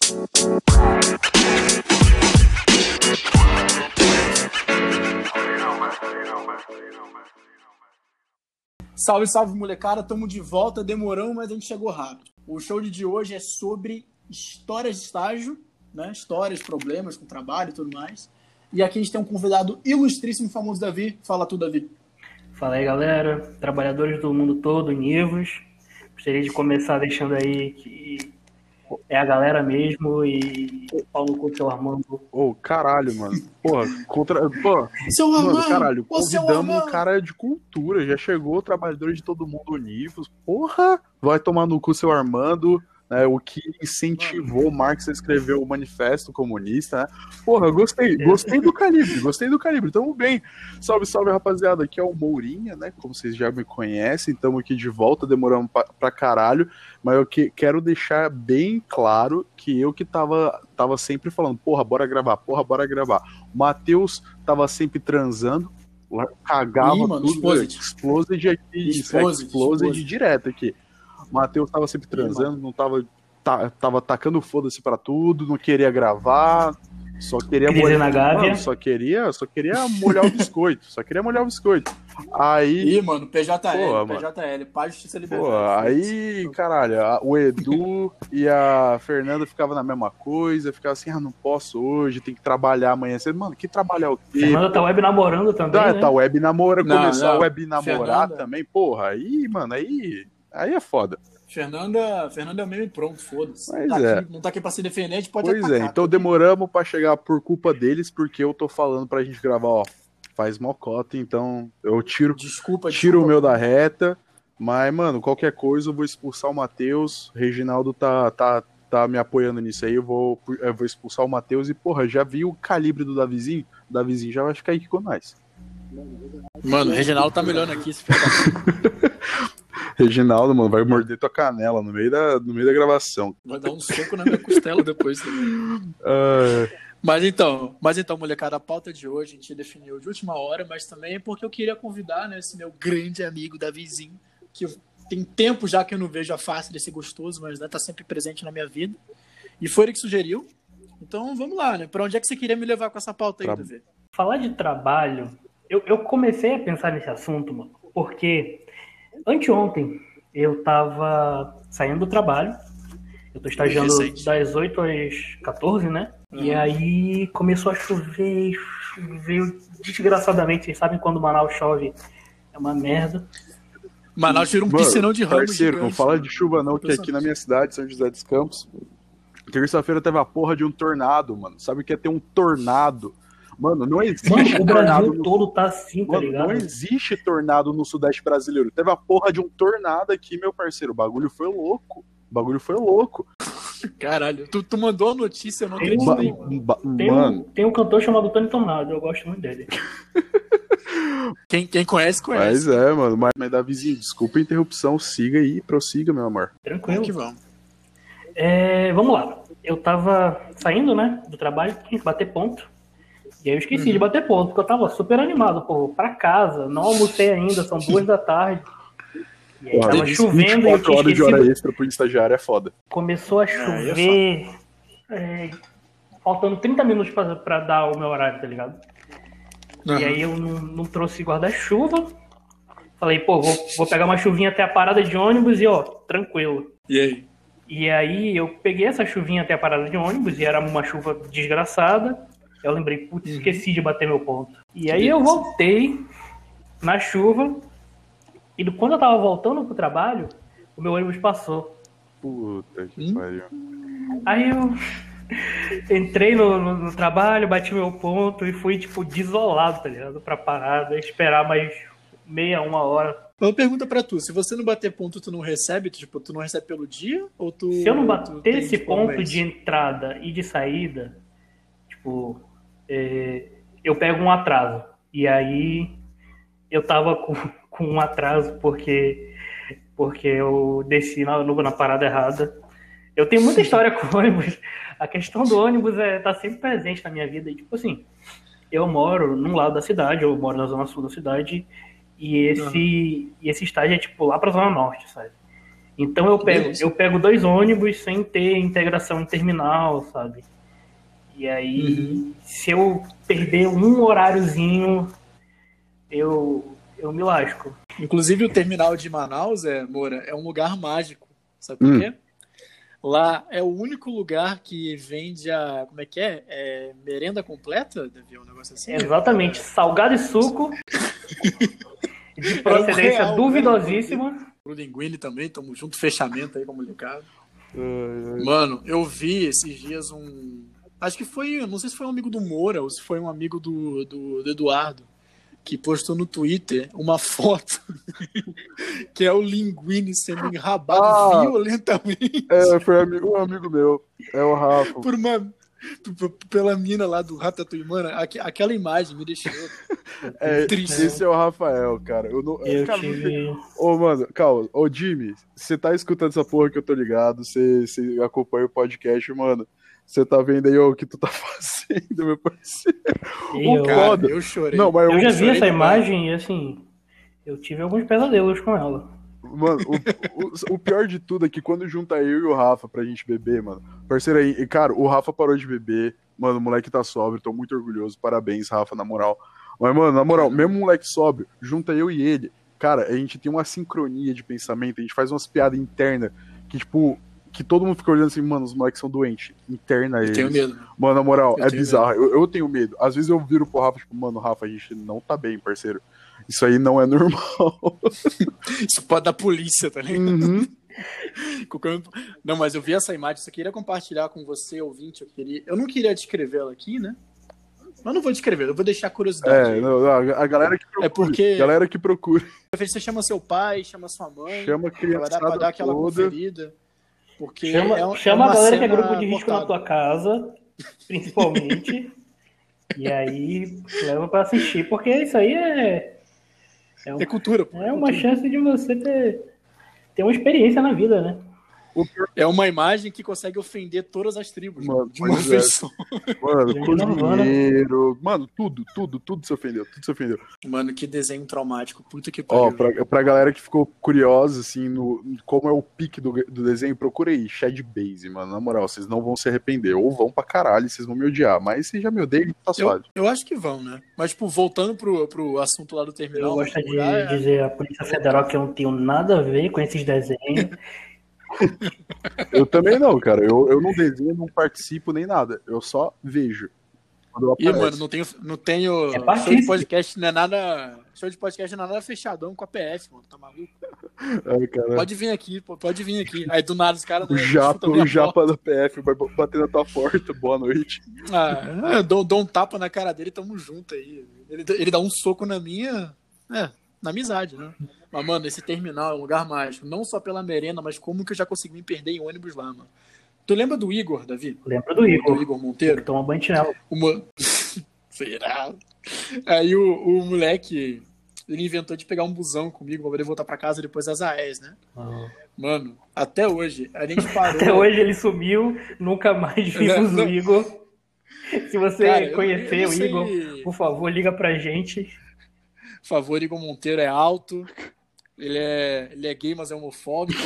Salve, salve, molecada. Tamo de volta. Demoramos, mas a gente chegou rápido. O show de hoje é sobre histórias de estágio, né? Histórias, problemas com trabalho e tudo mais. E aqui a gente tem um convidado ilustríssimo, famoso Davi. Fala tu, Davi. Fala aí, galera. Trabalhadores do mundo todo, univos. Gostaria de começar deixando aí que é a galera mesmo e Paulo com o seu Armando. Ô, caralho, mano. Porra, Seu mano, Armando! caralho, Ô, seu convidamos um Armando! cara de cultura, já chegou, trabalhador de todo mundo univos. Porra, vai tomar no cu seu Armando, né, o que incentivou Marx a escrever o Manifesto Comunista, né? Porra, gostei do calibre, tamo bem. Salve, salve, rapaziada, aqui é o Mourinha, né, como vocês já me conhecem, tamo aqui de volta, demoramos pra caralho, mas eu quero deixar bem claro que eu que tava sempre falando, porra, bora gravar. O Matheus tava sempre transando, cagava tudo, explosed aqui, explosed direto aqui. O Matheus tava sempre transando, não tava tacando foda-se pra tudo, não queria gravar, só queria molhar na Gávea. Mano, só queria molhar o biscoito, Aí, mano, PJL, Paz, Justiça e Liberdade. Aí, caralho, o Edu e a Fernanda ficavam na mesma coisa, ficava assim, não posso hoje, tem que trabalhar amanhã cedo. Mano, que trabalhar o quê? Fernanda tá web namorando também, né? Tá web namorando, começou a web namorar Fernanda... também, porra, aí, mano, aí é foda. Fernanda é o meme pronto, foda-se. Não tá aqui pra se defender, a gente pode atacar. Pois é, então demoramos pra chegar por culpa deles, porque eu tô falando pra gente gravar, ó, faz mocota, então eu tiro o meu da reta, mas, mano, qualquer coisa eu vou expulsar o Matheus, Reginaldo tá me apoiando nisso aí, eu vou expulsar o Matheus e, porra, já vi o calibre do Davizinho? O Davizinho já vai ficar aqui com nós. Mano, o Reginaldo tá melhorando aqui, se Reginaldo, mano, vai morder tua canela no meio da gravação. Vai dar um soco na minha costela depois também. Mas então, molecada, a pauta de hoje a gente definiu de última hora, mas também é porque eu queria convidar, né, esse meu grande amigo Davizinho, que tem tempo já que eu não vejo a face desse gostoso, mas, né, tá sempre presente na minha vida. E foi ele que sugeriu. Então vamos lá, né? Pra onde é que você queria me levar com essa pauta aí, Davi? Falar de trabalho, eu comecei a pensar nesse assunto, mano, porque anteontem eu tava saindo do trabalho, eu tô estagiando das 8 às 14, né? E aí começou a chover desgraçadamente. Vocês sabem quando Manaus chove, é uma merda. Manaus tira um piscinão de ramos. Parceiro, não fala de chuva não, que aqui na minha cidade, São José dos Campos, terça-feira teve a porra de um tornado, mano. Sabe o que é ter um tornado? Mano, não existe o Brasil todo tá assim, tá ligado? Não existe tornado no Sudeste brasileiro. Teve a porra de um tornado aqui, meu parceiro. O bagulho foi louco. Caralho, tu mandou a notícia, eu não acreditei. Tem um cantor chamado Tony Tornado, eu gosto muito dele. Quem conhece. Mas mano. Mas Davizinho, desculpa a interrupção. Siga aí, prossiga, meu amor. Tranquilo. Que vamos. Vamos lá. Eu tava saindo, né, do trabalho, tinha que bater ponto. E aí eu esqueci de bater ponto, porque eu tava super animado, pra casa, não almocei ainda, são 2 da tarde. E aí tava chovendo e eu tinha horas de hora extra pro estagiário é foda. Começou a chover, faltando 30 minutos pra dar o meu horário, tá ligado? E aí eu não trouxe guarda-chuva, falei, vou pegar uma chuvinha até a parada de ônibus e, tranquilo. E aí eu peguei essa chuvinha até a parada de ônibus e era uma chuva desgraçada. Eu lembrei, esqueci de bater meu ponto. E aí eu voltei na chuva e quando eu tava voltando pro trabalho, o meu ônibus passou. Puta que pariu. Aí eu entrei no trabalho, bati meu ponto e fui, desolado, tá ligado? Pra parada, esperar mais uma hora. Uma pergunta pra tu, se você não bater ponto, tu não recebe? Tu não recebe pelo dia? Ou tu... Se eu não bater esse ponto de entrada e de saída, eu pego um atraso. E aí eu tava com um atraso porque eu desci na parada errada. Eu tenho muita história com ônibus. A questão do ônibus tá sempre presente na minha vida. E, eu moro num lado da cidade, eu moro na zona sul da cidade, e esse estágio é, lá pra zona norte, sabe? Então eu pego 2 ônibus sem ter integração em terminal, sabe? E aí, se eu perder um horáriozinho, eu me lasco. Inclusive o terminal de Manaus, Moura, é um lugar mágico. Sabe por quê? Lá é o único lugar que vende a... Como é que é? Merenda completa? Deve um negócio assim? Exatamente. Salgado e suco. De procedência duvidosíssima. Né? Pro Linguini também, tamo junto, fechamento aí com o molecada. Mano, eu vi esses dias acho que foi, não sei se foi um amigo do Moura ou se foi um amigo do Eduardo, que postou no Twitter uma foto que é o Linguini sendo enrabado violentamente. Foi um amigo meu. É o Rafa. Pela mina lá do Ratatouille, mano, aquela imagem me deixou triste. Esse é o Rafael, cara. Mano, calma. Ô, Jimmy, você tá escutando essa porra que eu tô ligado, você acompanha o podcast, mano. Você tá vendo aí o que tu tá fazendo, meu parceiro? Eu chorei. Não, mas eu já vi essa imagem e, assim, eu tive alguns pesadelos com ela. Mano, o pior de tudo é que quando junta eu e o Rafa pra gente beber, mano, parceiro aí, cara, o Rafa parou de beber, mano, o moleque tá sóbrio, tô muito orgulhoso, parabéns, Rafa, na moral. Mas, mano, na moral, mesmo o moleque sóbrio, junta eu e ele, cara, a gente tem uma sincronia de pensamento, a gente faz umas piadas internas que, tipo, que todo mundo fica olhando assim, mano, os moleques são doentes, interna eles. Eu tenho medo. Mano, na moral, é bizarro, eu tenho medo. Às vezes eu viro pro Rafa, tipo, mano, Rafa, a gente não tá bem, parceiro. Isso aí não é normal. Isso pode dar polícia, tá ligado? Não, mas eu vi essa imagem, só queria compartilhar com você, ouvinte. Eu não queria descrevê-la aqui, né? Mas não vou descrever, eu vou deixar a curiosidade. A galera que procura. Galera que procura. Você chama seu pai, chama sua mãe. Chama a criança pra dar aquela conferida. Porque chama a galera que é grupo de risco na tua casa, principalmente. E aí leva pra assistir, porque isso aí é cultura. É uma chance de você ter uma experiência na vida, né? É uma imagem que consegue ofender todas as tribos, mano, de uma vez só. Mano, cozinheiro, mano, tudo se ofendeu, Mano, que desenho traumático, puta que pariu. Ó, pra galera que ficou curiosa, assim, como é o pique do desenho, procura aí, Chad Base, mano, na moral, vocês não vão se arrepender, ou vão pra caralho, vocês vão me odiar, mas vocês já me odeiam, tá suave. Eu acho que vão, né? Mas, tipo, voltando pro assunto lá do terminal... Eu gosto de dizer à Polícia Federal que eu não tenho nada a ver com esses desenhos. Eu também não, cara. Eu não desenho, não participo nem nada. Eu só vejo. Mano, não tenho. Show de podcast não é nada. Show de podcast não é nada fechadão com a PF, mano. Tá maluco? Pode vir aqui. Aí do nada os caras. O japa da PF vai bater na tua porta. Boa noite. Dou um tapa na cara dele, tamo junto aí. Ele dá um soco na minha. Na amizade, né? Mas, mano, esse terminal é um lugar mágico. Não só pela merenda, mas como que eu já consegui me perder em ônibus lá, mano. Tu lembra do Igor, Davi? Lembro do Igor. Do Igor Monteiro? Toma banho de chinelo. Será? Aí o moleque, ele inventou de pegar um busão comigo pra poder voltar pra casa depois das AES, né? Mano, até hoje, a gente parou... Até hoje ele sumiu, nunca mais vimos o Igor. Se você conhecer o Igor, por favor, liga pra gente. Por favor, Igor Monteiro é alto, ele é gay, mas é homofóbico,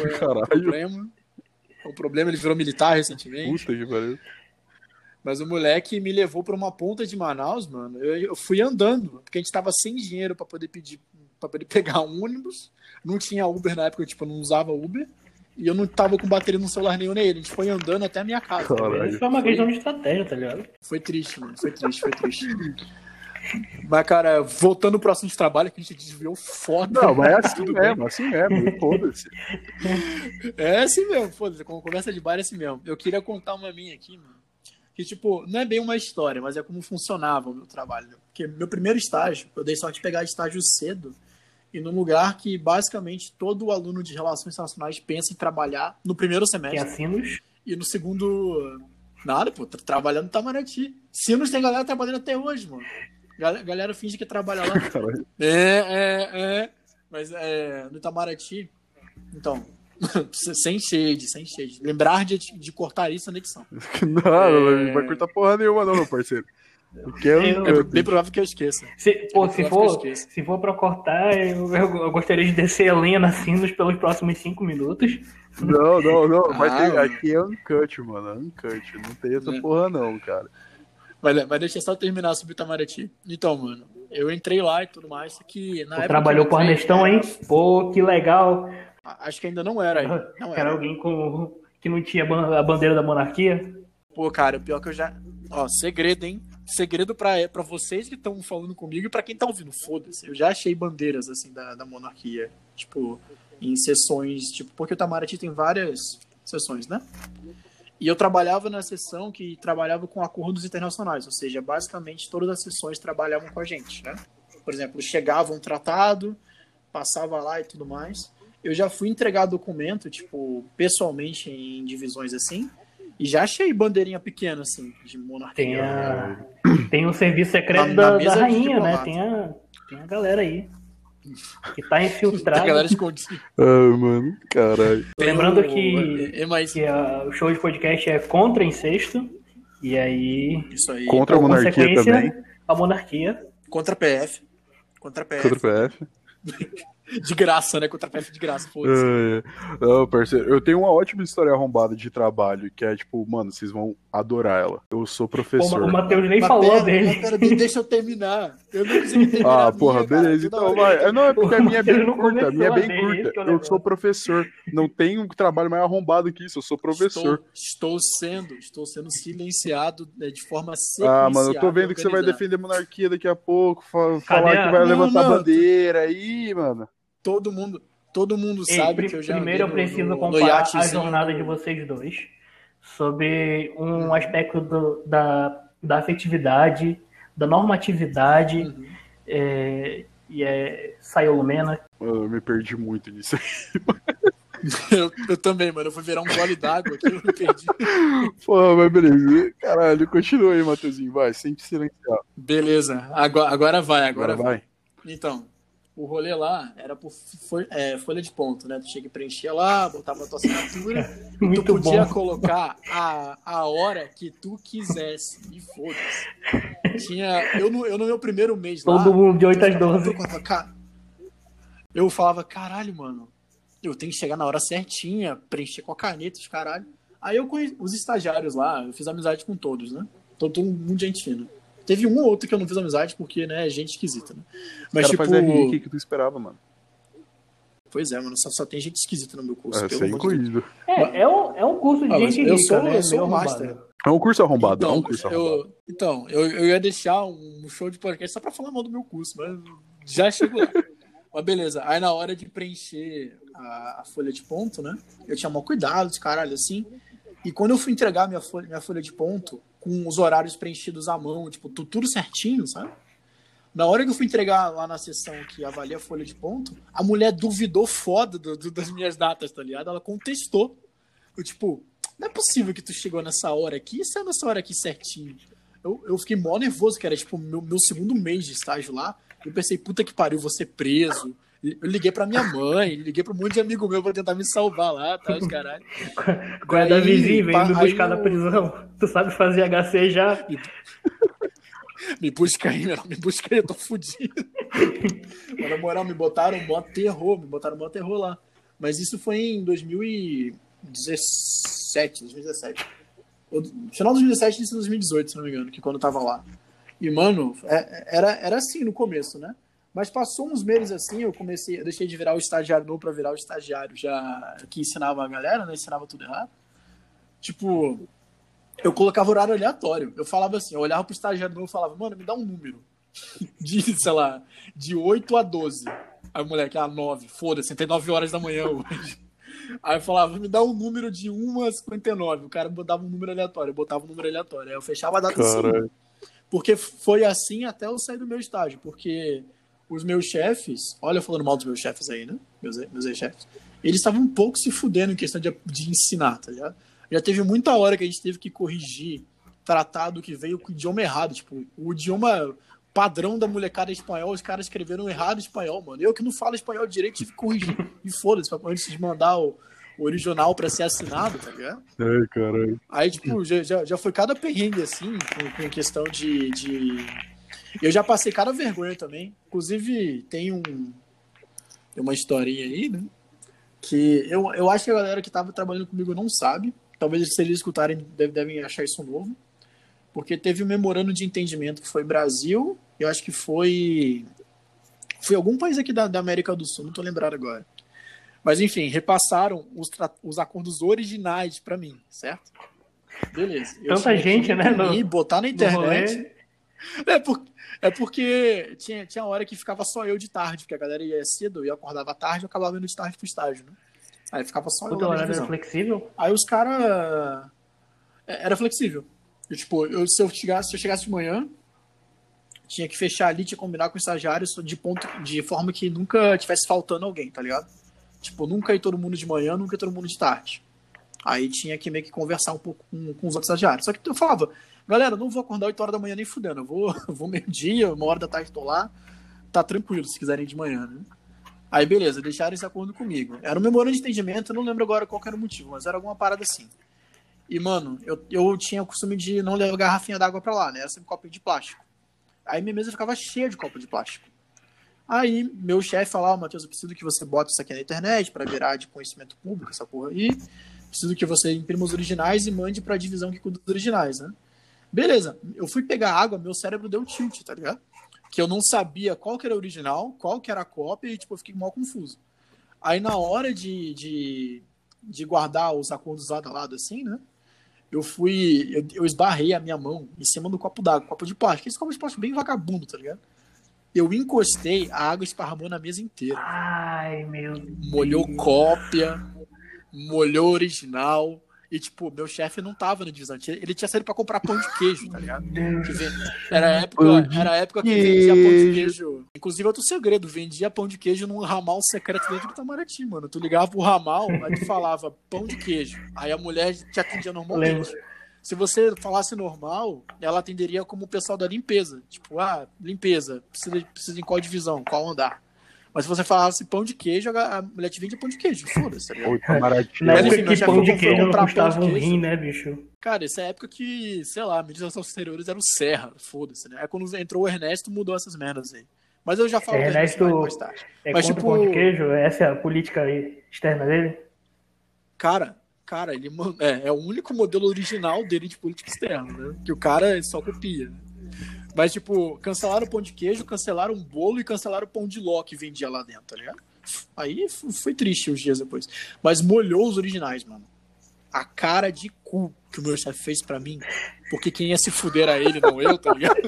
é um problema, ele virou militar recentemente. Puta que pariu. Mas o moleque me levou pra uma ponta de Manaus, mano, eu fui andando, porque a gente tava sem dinheiro pra poder pegar um ônibus, não tinha Uber na época, eu não usava Uber, e eu não tava com bateria no celular nenhum nem ele, a gente foi andando até a minha casa. Isso foi uma questão de estratégia, tá ligado? Foi triste, mano, foi triste. Mas, cara, voltando pro assunto de trabalho, que a gente desviou foda. Não, mas é assim mesmo, foda-se. É assim mesmo, foda-se, conversa de bar é assim mesmo. Eu queria contar uma minha aqui, mano, que, tipo, não é bem uma história, mas é como funcionava o meu trabalho. Porque meu primeiro estágio, eu dei sorte de pegar estágio cedo, e num lugar que, basicamente, todo aluno de Relações Internacionais pensa em trabalhar no primeiro semestre. Tem a Sinos? E no segundo... Nada, pô, trabalhando no Itamaraty. Sinos tem galera trabalhando até hoje, mano. Galera finge que trabalha lá. Mas no Itamaraty. Então, sem shade. Lembrar de cortar isso na edição. Não vai cortar porra nenhuma, não, meu parceiro. Porque é bem provável que eu esqueça. Se for pra cortar, eu gostaria de descer a Helena assim pelos próximos 5 minutos. Não. Aqui é uncut, mano. Uncut. Não tem essa porra, não, cara. Mas deixa eu só terminar sobre o Itamaraty. Então, mano, eu entrei lá e tudo mais, que na época. Trabalhou com o Ernestão, hein? Pô, que legal. Acho que ainda não era. Era alguém que não tinha a bandeira da monarquia? Pô, cara, pior que eu já. Ó, segredo, hein? Segredo pra vocês que estão falando comigo e pra quem tá ouvindo. Foda-se. Eu já achei bandeiras, assim, da monarquia. Tipo, em sessões. Tipo, porque o Itamaraty tem várias sessões, né? E eu trabalhava na sessão que trabalhava com acordos internacionais. Ou seja, basicamente todas as sessões trabalhavam com a gente, né? Por exemplo, chegava um tratado, passava lá e tudo mais. Eu já fui entregar documento, tipo, pessoalmente em divisões assim. E já achei bandeirinha pequena, assim, de monarquia. Tem um serviço secreto da rainha, né? Tem a galera aí. Que tá infiltrada. A galera escondida. Mano, caralho. Lembrando que o show de podcast é contra incesto. E aí. Isso aí. Contra a monarquia também. A monarquia. Contra a PF. Contra a PF. De graça, né? Contra a PF de graça, foda-se. Não, parceiro, eu tenho uma ótima história arrombada de trabalho, que é tipo, mano, vocês vão adorar ela. Eu sou professor. O Matheus nem falou dele. Pera, deixa eu terminar. Eu não consegui terminar. Porra, beleza. Então vai. Não, é porque a minha é bem curta. A minha é bem curta. Eu sou professor. Não tem um trabalho mais arrombado que isso. Eu sou professor. Estou sendo silenciado de forma sequencial. Mano, eu tô vendo que você vai defender a monarquia daqui a pouco. Falar que vai levantar bandeira aí, mano. Todo mundo sabe que eu já. Primeiro eu preciso comparar a jornada de vocês dois sobre um aspecto da afetividade, da normatividade. Saiu Lumena. Eu me perdi muito nisso aí. eu também, mano. Eu fui virar um gole d'água aqui, eu me perdi. Pô, mas beleza. Caralho, continua aí, Matheusinho. Vai, sem te silenciar. Beleza. Agora vai. Agora vai. Então. O rolê lá era por folha de ponto, né? Tu tinha que preencher lá, botava a tua assinatura. Tu podia colocar a hora que tu quisesse. E foda-se. Eu no meu primeiro mês lá... Todo mundo de 8 às 12. Eu falava, caralho, mano. Eu tenho que chegar na hora certinha, preencher com a caneta, os caralho. Aí eu conheci os estagiários lá, eu fiz amizade com todos, né? Todo mundo de gente fina. Teve um ou outro que eu não fiz amizade, porque, né, é gente esquisita, né? Mas, tipo... faz RI que tu esperava, mano. Pois é, mano, só tem gente esquisita no meu curso. Sem incluído. É um curso de gente rica, né? Eu sou um master. É um curso arrombado, eu ia deixar um show de podcast só pra falar mal do meu curso, mas já chegou lá. Mas beleza, aí na hora de preencher a folha de ponto, né, eu tinha maior cuidado, caralho, assim, e quando eu fui entregar minha folha de ponto, com os horários preenchidos à mão, tipo, tudo certinho, sabe? Na hora que eu fui entregar lá na sessão que avalia a folha de ponto, a mulher duvidou foda das minhas datas, tá ligado? Ela contestou. Eu, tipo, não é possível que tu chegou nessa hora aqui e saiu nessa hora aqui certinho. Eu fiquei mó nervoso, que era, tipo, meu segundo mês de estágio lá. Eu pensei, puta que pariu, vou ser preso. Eu liguei pra minha mãe, liguei pra um monte de amigo meu pra tentar me salvar lá, tá, os caralho. Guarda vizinho, vem me buscar na prisão. Tu sabe fazer HC já? Me busca aí, eu tô fudido. Mas, na moral, me botaram mó terror lá. Mas isso foi em 2017. Final de 2017 e 2018, se não me engano, que quando eu tava lá. E, mano, era assim no começo, né? Mas passou uns meses assim, eu deixei de virar o estagiário novo pra virar o estagiário já que ensinava a galera, né? Ensinava tudo errado. Tipo, eu colocava horário aleatório. Eu falava assim, eu olhava pro estagiário novo e falava, mano, me dá um número. Sei lá, de 8 a 12. Aí o moleque, 9, foda-se, tem 9 horas da manhã hoje. Aí eu falava, me dá um número de 1 a 59. O cara botava um número aleatório, eu botava um número aleatório. Aí eu fechava a data assim. Porque foi assim até eu sair do meu estágio. Porque os meus chefes, olha eu falando mal dos meus chefes aí, né? Meus ex-chefes. Eles estavam um pouco se fudendo em questão de ensinar, tá ligado? Já teve muita hora que a gente teve que corrigir tratado que veio com o idioma errado. Tipo, o idioma padrão da molecada espanhol, os caras escreveram errado espanhol, mano. Eu que não falo espanhol direito tive que corrigir. E foda-se, antes de mandar original pra ser assinado, tá ligado? Ai, caralho. Aí, tipo, já foi cada perrengue, assim, com questão de... Eu já passei cada vergonha também. Inclusive, tem uma historinha aí, né? Que eu acho que a galera que tava trabalhando comigo não sabe. Talvez se eles escutarem, devem achar isso novo. Porque teve um memorando de entendimento que foi Brasil, eu acho que foi algum país aqui da América do Sul, não tô lembrado agora. Mas, enfim, repassaram os acordos originais pra mim, certo? Beleza. Tanta gente, né? Botar na internet. É porque tinha hora que ficava só eu de tarde, porque a galera ia cedo, eu acordava tarde, eu acabava indo de tarde pro estágio, né? Aí ficava só eu. O teu horário era flexível? Aí os caras... Era flexível. Se eu chegasse de manhã, tinha que fechar ali, tinha que combinar com o estagiário de forma que nunca tivesse faltando alguém, tá ligado? Tipo, nunca ir todo mundo de manhã, nunca ir todo mundo de tarde. Aí tinha que meio que conversar um pouco com os outros estagiários. Só que eu falava, galera, eu não vou acordar 8 horas da manhã nem fudendo, eu vou meio-dia, 1 hora da tarde tô lá, tá tranquilo se quiserem ir de manhã, né? Aí beleza, deixaram esse acordo comigo. Era um memorando de entendimento, eu não lembro agora qual era o motivo, mas era alguma parada assim. E, mano, eu tinha o costume de não levar garrafinha d'água pra lá, né? Era sempre copinho de plástico. Aí minha mesa ficava cheia de copo de plástico. Aí meu chefe falava, Matheus, eu preciso que você bote isso aqui na internet pra virar de conhecimento público, essa porra aí. Preciso que você imprima os originais e mande pra divisão que cuida dos originais, né? Beleza, eu fui pegar água, meu cérebro deu tilt, tá ligado? Que eu não sabia qual que era o original, qual que era a cópia e, tipo, eu fiquei mal confuso. Aí na hora de guardar os acordos lado a lado, assim, né? Eu esbarrei a minha mão em cima do copo d'água, copo de plástico. Esse copo de plástico bem vagabundo, tá ligado? Eu encostei, a água esparramou na mesa inteira. Ai, meu Deus. Molhou cópia, molhou original. E, tipo, meu chefe não tava na divisão. Ele tinha saído pra comprar pão de queijo, tá ligado? Era a época que vendia pão de queijo. Inclusive, outro segredo, vendia pão de queijo num ramal secreto dentro do Itamaraty, mano. Tu ligava pro ramal, aí tu falava pão de queijo. Aí a mulher te atendia normalmente. Se você falasse normal, ela atenderia como o pessoal da limpeza. Tipo, limpeza, precisa em qual divisão, qual andar. Mas se você falasse pão de queijo, a mulher te vende pão de queijo. Foda-se, tá ligado? Na época que pão de queijo não custava um rim, né, bicho? Cara, essa é a época que, sei lá, mídias exteriores era o Serra. Foda-se, né? Aí quando entrou o Ernesto, mudou essas merdas aí. Mas eu já falo do Ernesto mais tarde. Mas, contra tipo, o pão de queijo? Essa é a política externa dele? Cara, ele é o único modelo original dele de política externa, né? Que o cara só copia, né? Mas, tipo, cancelaram o pão de queijo, cancelaram o bolo e cancelaram o pão de ló que vendia lá dentro, tá ligado? Aí foi triste uns dias depois. Mas molhou os originais, mano. A cara de cu que o meu chefe fez pra mim, porque quem ia se fuder era ele, não eu, tá ligado?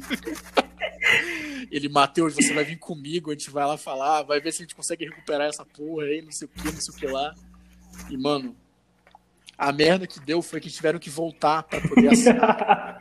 Ele, Matheus, você vai vir comigo, a gente vai lá falar, vai ver se a gente consegue recuperar essa porra aí, não sei o que lá. E, mano, a merda que deu foi que tiveram que voltar pra poder assinar.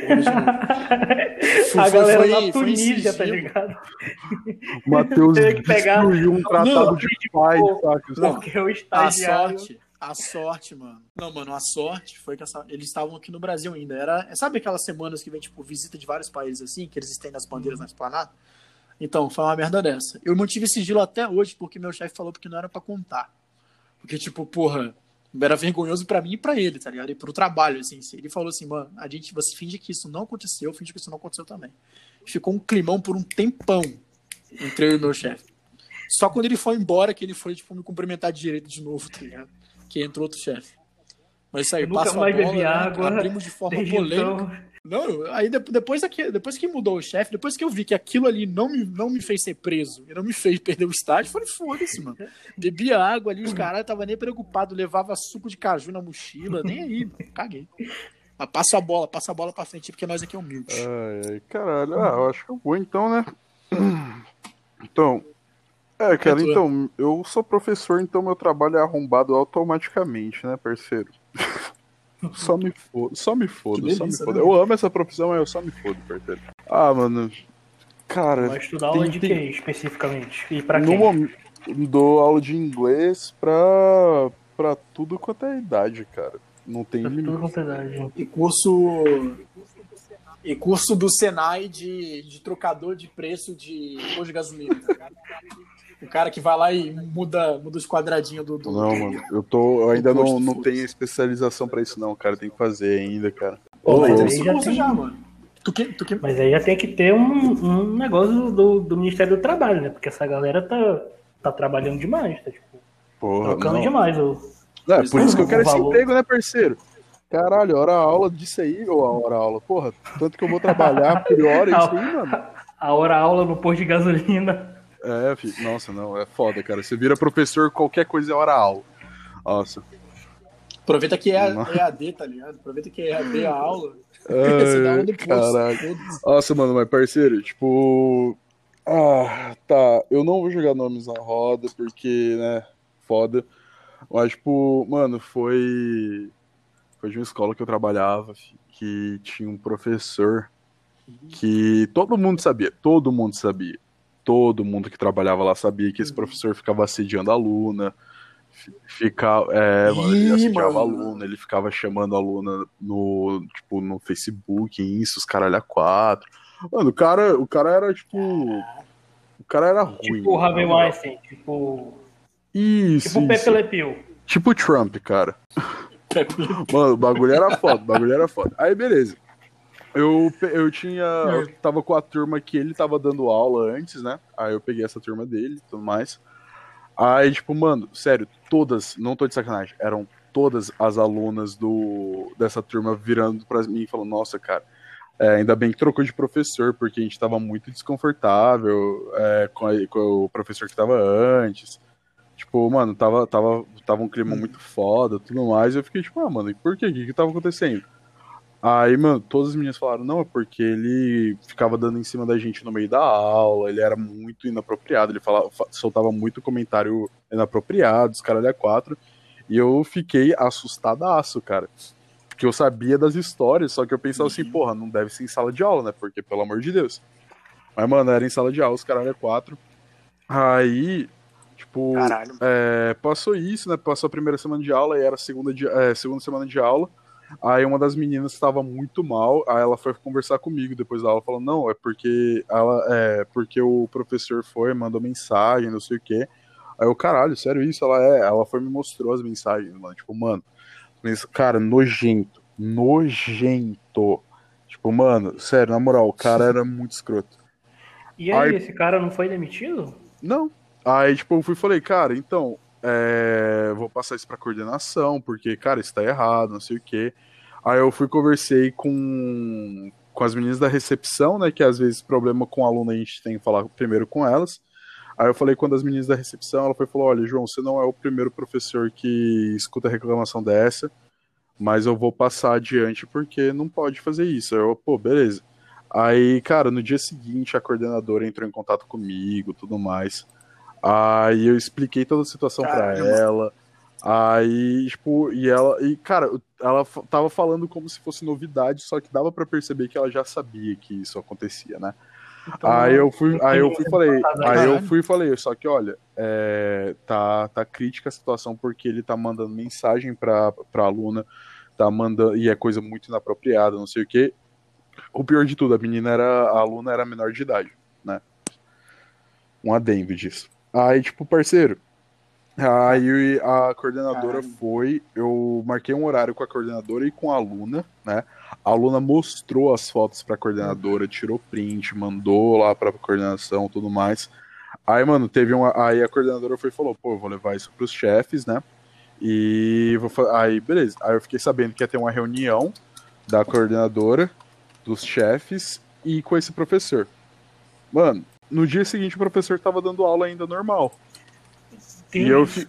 A galera da Tunísia, tá ligado? O Matheus destruiu um tratado de paz, saca? Porque o estagiário... A sorte, mano. Não, mano, a sorte foi que eles estavam aqui no Brasil ainda. Sabe aquelas semanas que vem, tipo, visita de vários países assim, que eles estendem as bandeiras na esplanada? Então, foi uma merda dessa. Eu mantive sigilo até hoje, porque meu chefe falou que não era pra contar. Porque, tipo, porra... Era vergonhoso pra mim e pra ele, tá ligado? E pro trabalho, assim. Ele falou assim, mano, você finge que isso não aconteceu, finge que isso não aconteceu também. Ficou um climão por um tempão entre eu e meu chefe. Só quando ele foi embora que ele foi, tipo, me cumprimentar de direito de novo, tá ligado? Que entrou outro chefe. Mas isso aí, passou a bola, né? Abrimos de forma polêmica. Então... Não, aí depois que mudou o chefe, depois que eu vi que aquilo ali não me fez ser preso e não me fez perder o estágio, eu falei, foda-se, mano. Bebia água ali, os caras estavam nem preocupados, levava suco de caju na mochila, nem aí, mano, caguei. Mas passa a bola pra frente, porque nós aqui é humilde. Ai, caralho, eu acho que eu vou então, né? Então, cara, então, eu sou professor, então meu trabalho é arrombado automaticamente, né, parceiro? Só me fodo. Né? Eu amo essa profissão, mas eu só me fodo, parceiro. Mano. Cara. Vai estudar aula de quê, especificamente? E pra quem? Dou aula de inglês pra tudo quanto é idade, cara. Não tem limite. Tudo quanto é idade. E curso do Senai de trocador de preço de posto de gasolina, tá ligado? O cara que vai lá e muda os quadradinhos do... Não, mano, eu ainda não tenho especialização pra isso não, cara, tem que fazer ainda, cara. Mas aí já tem... mano. Mas aí já tem que ter um negócio do Ministério do Trabalho, né? Porque essa galera tá trabalhando demais, tá tipo, trocando demais. Por isso que eu quero esse emprego, né, parceiro? Caralho, hora-aula disso aí, ou a hora-aula? Porra, tanto que eu vou trabalhar por hora isso aí, mano. A hora-aula no posto de gasolina. Filho, nossa, não, é foda, cara. Você vira professor, qualquer coisa é hora-aula. Nossa. Aproveita que é EAD, tá ligado? Aproveita que é EAD a aula. Você dá aula do caralho. Nossa, mano, mas parceiro, tipo... tá, eu não vou jogar nomes na roda, porque, né, foda. Mas, tipo, mano, foi de uma escola que eu trabalhava, que tinha um professor que todo mundo sabia. Todo mundo que trabalhava lá sabia que esse professor ficava assediando a aluna. Ele assediava a aluna, ele ficava chamando a aluna no Facebook, isso, os caralho a 4. Mano, o cara era, tipo... O cara era ruim. Tipo o Harvey Weinstein, tipo... Isso, tipo o Pepe Le Pew. Tipo o Trump, cara. Mano, o bagulho era foda. Aí, beleza. Eu tava com a turma que ele tava dando aula antes, né? Aí eu peguei essa turma dele e tudo mais. Aí, tipo, mano, sério, todas, não tô de sacanagem, eram todas as alunas dessa turma virando pra mim e falando, nossa, cara, ainda bem que trocou de professor, porque a gente tava muito desconfortável com o professor que tava antes. Tipo, mano, tava um clima muito foda, tudo mais, e eu fiquei tipo, mano, e por quê? O que tava acontecendo? Aí, mano, todas as meninas falaram, não, é porque ele ficava dando em cima da gente no meio da aula, ele era muito inapropriado, ele soltava muito comentário inapropriado, os caralho a 4, e eu fiquei assustadaço, cara. Porque eu sabia das histórias, só que eu pensava assim, porra, não deve ser em sala de aula, né? Porque, pelo amor de Deus. Mas, mano, era em sala de aula, os caralho a 4. Aí, tipo, passou isso, né? Passou a primeira semana de aula e era a segunda semana de aula. Aí uma das meninas estava muito mal, aí ela foi conversar comigo depois da aula, falou, não, é porque o professor mandou mensagem, não sei o quê. Aí eu, caralho, sério isso? Ela foi e me mostrou as mensagens, mano, tipo, mano, cara, nojento. Tipo, mano, sério, na moral, o cara era muito escroto. E aí, esse cara não foi demitido? Não. Aí, tipo, eu fui e falei, cara, então, vou passar isso pra coordenação, porque, cara, isso tá errado, não sei o quê. Aí eu conversei com as meninas da recepção, né, que às vezes problema com o aluno a gente tem que falar primeiro com elas. Aí eu falei com uma das meninas da recepção, ela falou, olha, João, você não é o primeiro professor que escuta reclamação dessa, mas eu vou passar adiante porque não pode fazer isso. Aí eu, pô, beleza. Aí, cara, no dia seguinte a coordenadora entrou em contato comigo, tudo mais. Aí eu expliquei toda a situação pra ela. Aí, tipo, cara, ela tava falando como se fosse novidade, só que dava pra perceber que ela já sabia que isso acontecia, né? Então, aí eu fui e falei, só que olha, tá crítica a situação porque ele tá mandando mensagem pra aluna, tá mandando, e é coisa muito inapropriada, não sei o quê. O pior de tudo, a aluna era menor de idade, né? Um adendo disso. Aí, tipo, parceiro, aí a coordenadora eu marquei um horário com a coordenadora e com a aluna, né? A aluna mostrou as fotos pra coordenadora, tirou print, mandou lá pra coordenação, tudo mais. Aí, mano, aí a coordenadora foi e falou, pô, eu vou levar isso pros chefes, né? Aí, beleza. Aí eu fiquei sabendo que ia ter uma reunião da coordenadora, dos chefes e com esse professor. Mano, no dia seguinte o professor tava dando aula ainda normal. E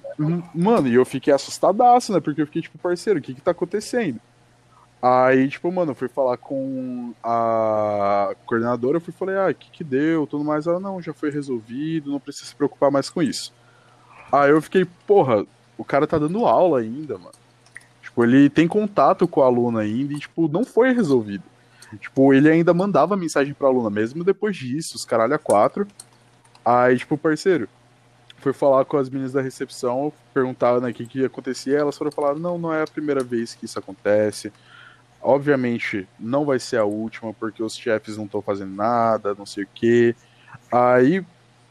eu fiquei assustadaço, né? Porque eu fiquei tipo, parceiro, o que tá acontecendo? Aí, tipo, mano, eu fui falar com a coordenadora, eu falei, o que deu, tudo mais. Ela, não, já foi resolvido, não precisa se preocupar mais com isso. Aí eu fiquei, porra, o cara tá dando aula ainda, mano. Tipo, ele tem contato com a aluna ainda e, tipo, não foi resolvido. Tipo, ele ainda mandava mensagem pra aluna, mesmo depois disso, os caralho a 4. Aí, tipo, parceiro, fui falar com as meninas da recepção, perguntaram, né, o que acontecia, elas foram falar, não é a primeira vez que isso acontece. Obviamente, não vai ser a última, porque os chefes não estão fazendo nada, não sei o quê. Aí,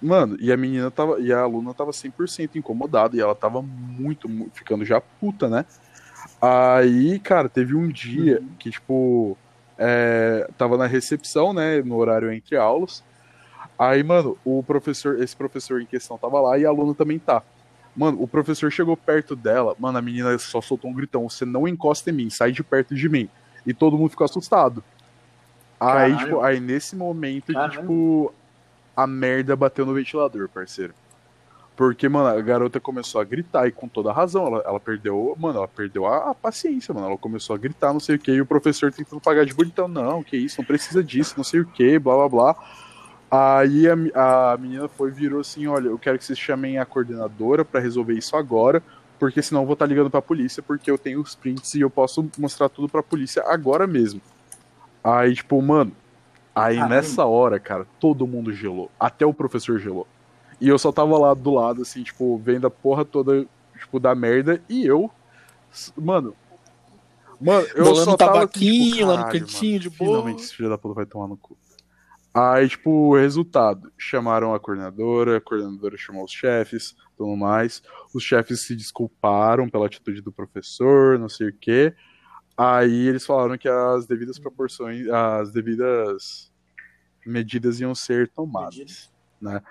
Mano, e a menina tava. E a aluna tava 100% incomodada. E ela tava muito, ficando já puta, né? Aí, cara, teve um dia que, tipo. Tava na recepção, né? No horário entre aulas. Aí, mano, esse professor em questão tava lá e a aluna também tá. Mano, o professor chegou perto dela, mano, a menina só soltou um gritão: você não encosta em mim, sai de perto de mim. E todo mundo ficou assustado. Aí, tipo, aí nesse momento que, tipo, a merda bateu no ventilador, parceiro. Porque, mano, a garota começou a gritar e com toda a razão. Ela perdeu, mano, ela perdeu a paciência, mano. Ela começou a gritar, não sei o que, e o professor tentando pagar de bonitão. Não, que isso, não precisa disso, não sei o que, blá blá blá. Aí a menina virou assim: olha, eu quero que vocês chamem a coordenadora pra resolver isso agora, porque senão eu vou estar ligando pra polícia, porque eu tenho os prints e eu posso mostrar tudo pra polícia agora mesmo. Aí, tipo, mano, nessa hora, cara, todo mundo gelou. Até o professor gelou. E eu só tava lá do lado, assim, tipo, vendo a porra toda, tipo, da merda, e eu, mano, eu bolando só um tava tabaquinho tipo, lá no cantinho, de boa. Finalmente esse filho da puta vai tomar no cu. Aí, tipo, o resultado, chamaram a coordenadora chamou os chefes, tudo mais. Os chefes se desculparam pela atitude do professor, não sei o quê. Aí eles falaram que as devidas proporções, as devidas medidas iam ser tomadas, né?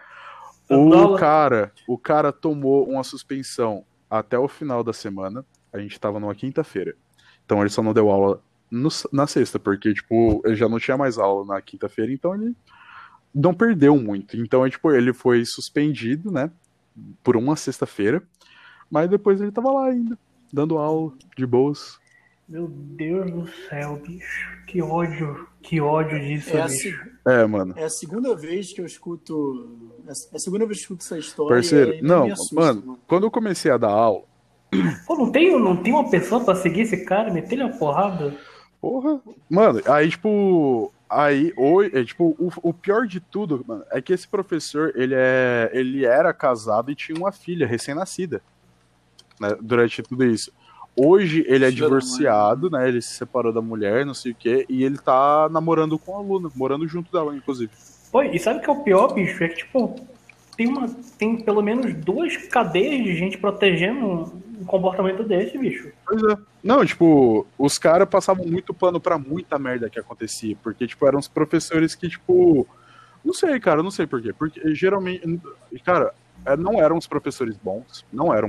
O cara tomou uma suspensão até o final da semana. A gente tava numa quinta-feira. Então ele só não deu aula na sexta, porque, tipo, ele já não tinha mais aula na quinta-feira, então ele não perdeu muito. Então, tipo, ele foi suspendido, né, por uma sexta-feira, mas depois ele tava lá ainda, dando aula, de boas. Meu Deus do céu, bicho. Que ódio disso, bicho. Mano. É a segunda vez que eu escuto. É a segunda vez que eu escuto essa história. Parceiro, e não, me assusta, mano, quando eu comecei a dar aula. Pô, não tem uma pessoa pra seguir esse cara, meter ele uma porrada? Porra. Mano, aí, tipo. Aí, tipo, o pior de tudo, mano, é que esse professor, ele era casado e tinha uma filha recém-nascida, né, durante tudo isso. Hoje ele é divorciado, né? Ele se separou da mulher, não sei o quê, e ele tá namorando com a aluna, morando junto dela, inclusive. Pô, e sabe o que é o pior, bicho? É que, tipo, tem pelo menos 2 cadeias de gente protegendo um comportamento desse, bicho. Pois é. Não, tipo, os caras passavam muito pano pra muita merda que acontecia, porque, tipo, eram os professores que, tipo... Não sei, cara, não sei por quê. Porque, geralmente, cara, não eram os professores bons,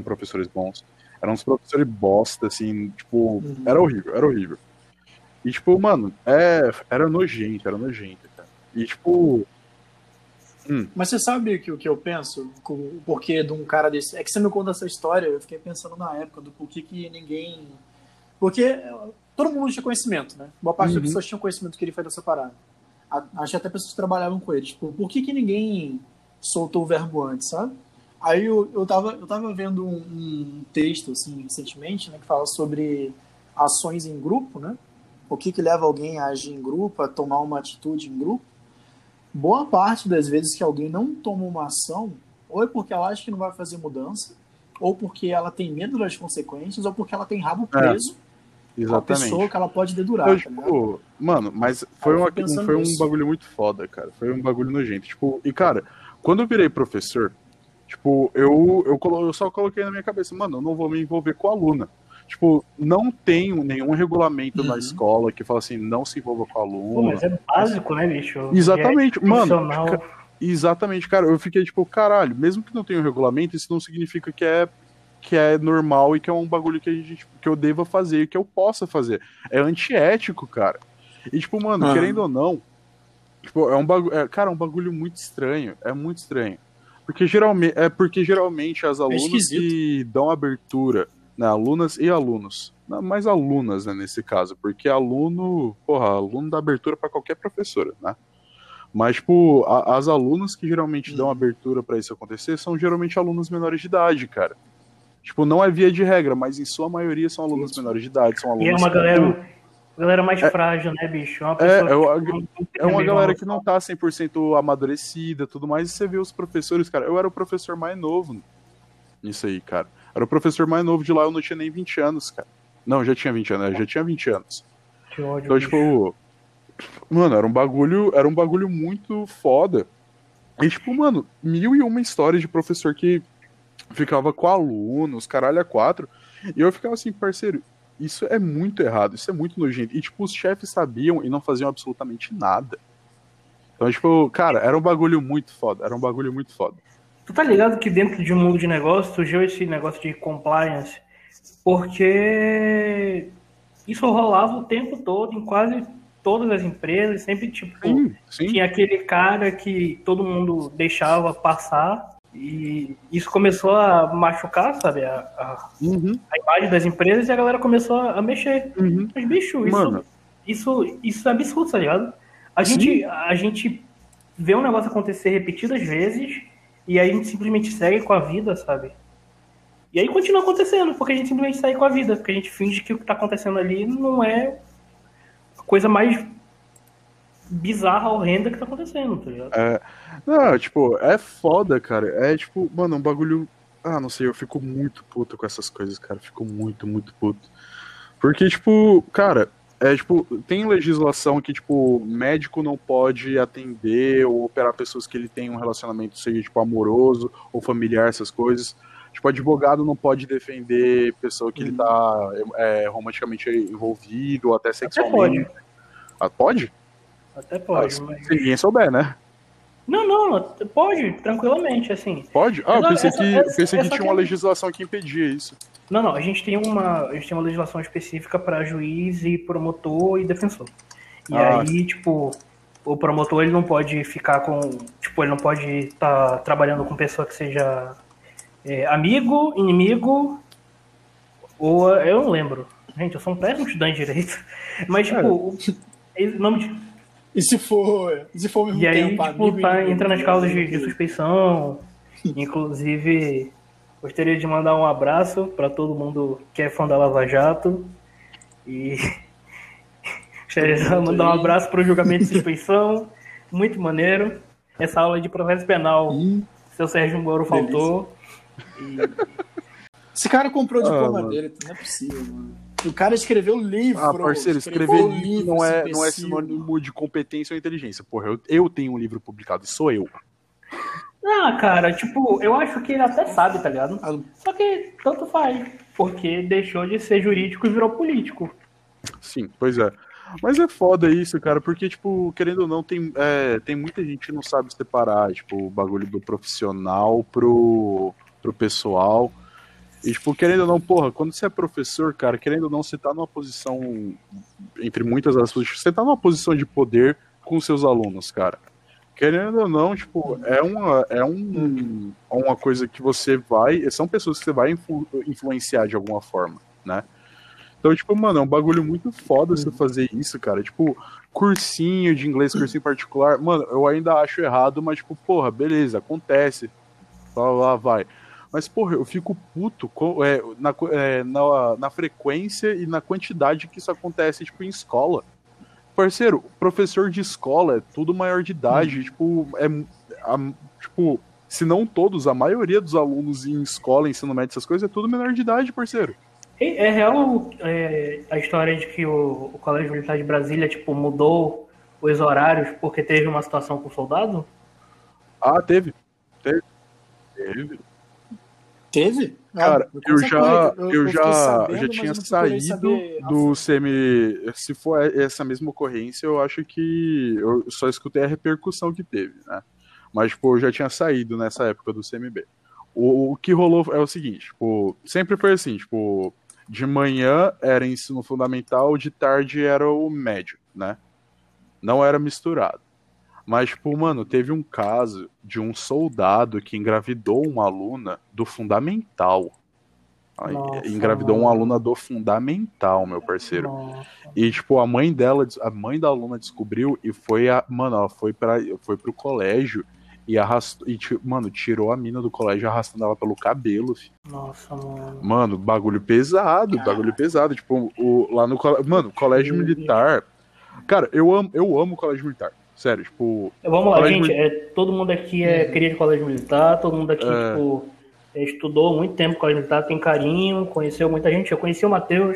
eram uns professores bosta, assim, tipo, era horrível. E, tipo, mano, era nojento, cara. E, tipo... Mas você sabe o que eu penso? O porquê de um cara desse... É que você me conta essa história, eu fiquei pensando na época do porquê que ninguém... Porque todo mundo tinha conhecimento, né? Boa parte das pessoas tinha conhecimento que ele fez dessa parada. Acho que até pessoas que trabalhavam com ele. Tipo, por que ninguém soltou o verbo antes, sabe? Aí eu tava vendo um texto, assim, recentemente, né, que fala sobre ações em grupo, né? O que leva alguém a agir em grupo, a tomar uma atitude em grupo. Boa parte das vezes que alguém não toma uma ação, ou é porque ela acha que não vai fazer mudança, ou porque ela tem medo das consequências, ou porque ela tem rabo preso com a pessoa que ela pode dedurar. Eu, tipo, mano, mas foi um bagulho muito foda, cara. Foi um bagulho nojento. Tipo, e, cara, quando eu virei professor, tipo, eu só coloquei na minha cabeça, mano, eu não vou me envolver com a aluna. Tipo, não tem nenhum regulamento na escola que fala assim, não se envolva com a aluna. Pô, mas é básico, né, bicho? Exatamente, mano. Exatamente, cara. Eu fiquei tipo, caralho, mesmo que não tenha um regulamento, isso não significa que é normal e que é um bagulho que eu deva fazer, que eu possa fazer. É antiético, cara. E, tipo, mano, querendo ou não, tipo, é um bagulho muito estranho. É muito estranho. Porque geralmente as alunas que dão abertura, né, alunas e alunos, mais alunas, né, nesse caso, porque aluno dá abertura para qualquer professora, né? Mas, tipo, as alunas que geralmente dão abertura para isso acontecer são geralmente alunos menores de idade, cara. Tipo, não é via de regra, mas em sua maioria são alunos menores de idade, são alunos... E é uma galera mais frágil, né, bicho? É uma galera que não tá 100% amadurecida, tudo mais, e você vê os professores, cara, eu era o professor mais novo nisso aí, cara. Era o professor mais novo de lá, eu não tinha nem 20 anos, cara. Não, eu já tinha 20 anos, eu já tinha 20 anos. Que ódio, então, tipo, mano, era um bagulho muito foda. E, tipo, mano, 1001 histórias de professor que ficava com alunos, caralho, a quatro. E eu ficava assim, parceiro, isso é muito errado, isso é muito nojento. E, tipo, os chefes sabiam e não faziam absolutamente nada. Então, tipo, cara, era um bagulho muito foda, era um bagulho muito foda. Tu tá ligado que dentro de um mundo de negócio surgiu esse negócio de compliance? Porque isso rolava o tempo todo em quase todas as empresas, sempre, tipo, Sim. tinha aquele cara que todo mundo deixava passar e isso começou a machucar, sabe, a imagem das empresas e a galera começou a mexer. Mas, bicho, isso é absurdo, tá ligado? A gente vê um negócio acontecer repetidas vezes e aí a gente simplesmente segue com a vida, sabe? E aí continua acontecendo, porque a gente simplesmente segue com a vida, porque a gente finge que o que tá acontecendo ali não é a coisa mais bizarra, horrenda que tá acontecendo, tá ligado? Não, tipo, é foda, cara. É tipo, mano, um bagulho. Ah, não sei, eu fico muito puto com essas coisas, cara. Fico muito, muito puto. Porque, tipo, cara, tipo, tem legislação que, tipo, médico não pode atender ou operar pessoas que ele tem um relacionamento, seja, tipo, amoroso ou familiar, essas coisas. Tipo, advogado não pode defender pessoa que ele tá romanticamente envolvido ou até sexualmente. Pode? Até pode, mas... Se ninguém souber, né? Não, pode, tranquilamente, assim. Pode? Eu pensei que tinha uma legislação que impedia isso. Não, a gente tem uma legislação específica para juiz e promotor e defensor. E aí, tipo, o promotor ele não pode ficar com... Tipo, ele não pode estar trabalhando com pessoa que seja amigo, inimigo, ou... Eu não lembro. Gente, eu sou um péssimo estudante de direito. Mas, tipo, o nome de... E se for mesmo e aí, tipo, entra nas causas de suspeição. Inclusive, gostaria de mandar um abraço para todo mundo que é fã da Lava Jato. E gostaria de mandar um abraço para o julgamento de suspeição. Muito maneiro. Essa aula de processo penal, seu Sérgio Moro faltou. Esse cara comprou o diploma dele, não é possível, mano. O cara escreveu livro. Parceiro, escrever livro não é sinônimo de competência ou inteligência. Porra, eu tenho um livro publicado, sou eu. Cara, tipo, eu acho que ele até sabe, tá ligado? Só que tanto faz, porque deixou de ser jurídico e virou político. Sim, pois é. Mas é foda isso, cara, porque, tipo, querendo ou não, tem muita gente que não sabe separar, tipo, o bagulho do profissional pro pessoal. E, tipo, querendo ou não, porra, quando você é professor, cara, querendo ou não, você tá numa posição, entre muitas das coisas, você tá numa posição de poder com seus alunos, cara. Querendo ou não, tipo, uma coisa que você são pessoas que você vai influenciar de alguma forma, né? Então, tipo, mano, é um bagulho muito foda você fazer isso, cara. Tipo, cursinho de inglês, cursinho particular, mano, eu ainda acho errado, mas, tipo, porra, beleza, acontece. Lá vai. Mas, porra, eu fico puto na frequência e na quantidade que isso acontece, tipo, em escola. Parceiro, professor de escola é tudo maior de idade, tipo, se não todos, a maioria dos alunos em escola, ensino médio, essas coisas, é tudo menor de idade, parceiro. É real a história de que o Colégio Militar de Brasília, tipo, mudou os horários porque teve uma situação com o soldado? Teve. Teve? Cara, eu já tinha saído do CM. Se for essa mesma ocorrência, eu acho que eu só escutei a repercussão que teve, né? Mas, tipo, eu já tinha saído nessa época do CMB. O que rolou é o seguinte, tipo, sempre foi assim, tipo, de manhã era ensino fundamental, de tarde era o médio, né? Não era misturado. Mas, tipo, mano, teve um caso de um soldado que engravidou uma aluna do fundamental. Nossa, engravidou uma aluna do fundamental, meu parceiro. Nossa. E, tipo, a mãe da aluna descobriu e ela foi pro colégio e arrastou, mano, tirou a mina do colégio arrastando ela pelo cabelo, filho. Nossa, mano. Mano, bagulho pesado. Tipo, lá no colégio militar. Cara, eu amo o colégio militar. Sério, tipo... Vamos lá, gente. Todo mundo aqui cria de colégio militar. Todo mundo aqui, tipo, estudou muito tempo no colégio militar, tem carinho, conheceu muita gente. Eu conheci o Matheus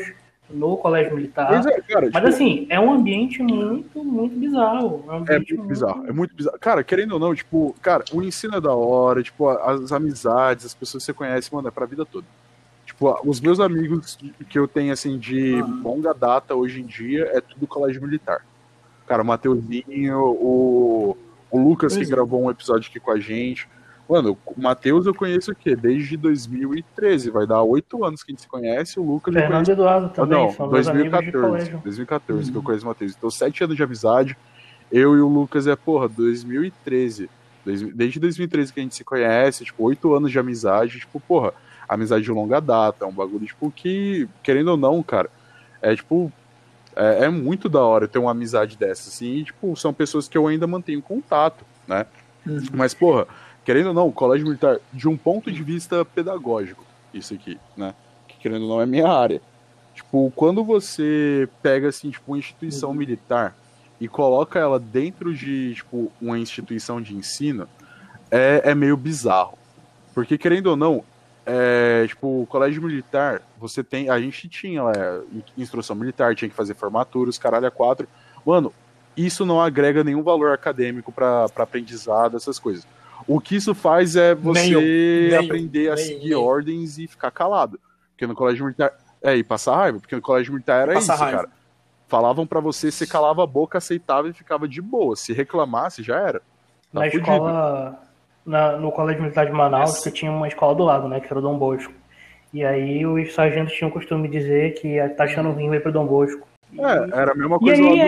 no colégio militar. Pois é, cara, mas assim, é um ambiente muito, muito bizarro. Muito bizarro, é muito bizarro. Cara, querendo ou não, tipo, cara, o ensino é da hora, tipo, as amizades, as pessoas que você conhece, mano, é pra vida toda. Tipo, os meus amigos que eu tenho, assim, de longa data hoje em dia, é tudo colégio militar. Cara, o Mateuzinho, o Lucas, que gravou um episódio aqui com a gente. Mano, o Matheus eu conheço o quê? Desde 2013, vai dar 8 anos que a gente se conhece. O Lucas eu Fernando conheço... Eduardo também, são 2014, 2014 que eu conheço o Matheus. Então, 7 anos de amizade. Eu e o Lucas 2013. Desde 2013 que a gente se conhece, tipo, 8 anos de amizade, tipo, porra, amizade de longa data, é um bagulho, tipo, que, querendo ou não, cara, tipo, é muito da hora ter uma amizade dessa, assim, e, tipo, são pessoas que eu ainda mantenho contato, né? Mas, porra, querendo ou não, o colégio militar, de um ponto de vista pedagógico, isso aqui, né? Que, querendo ou não, é minha área. Tipo, quando você pega, assim, tipo, uma instituição militar e coloca ela dentro de, tipo, uma instituição de ensino, é meio bizarro. Porque, querendo ou não, tipo, o colégio militar, a gente tinha lá instrução militar, tinha que fazer formatura, os caralho a 4. Mano, isso não agrega nenhum valor acadêmico pra aprendizado, essas coisas. O que isso faz é você aprender a seguir ordens e ficar calado. Porque no colégio militar... e passar raiva, porque no colégio militar era isso, cara. Falavam pra você calava a boca, aceitava e ficava de boa. Se reclamasse, já era. Tá na fudido. Escola, no colégio militar de Manaus, você tinha uma escola do lado, né, que era o Dom Bosco. E aí os sargentos tinham o costume de dizer que tá achando ruim ir pro Dom Bosco. Era a mesma coisa lá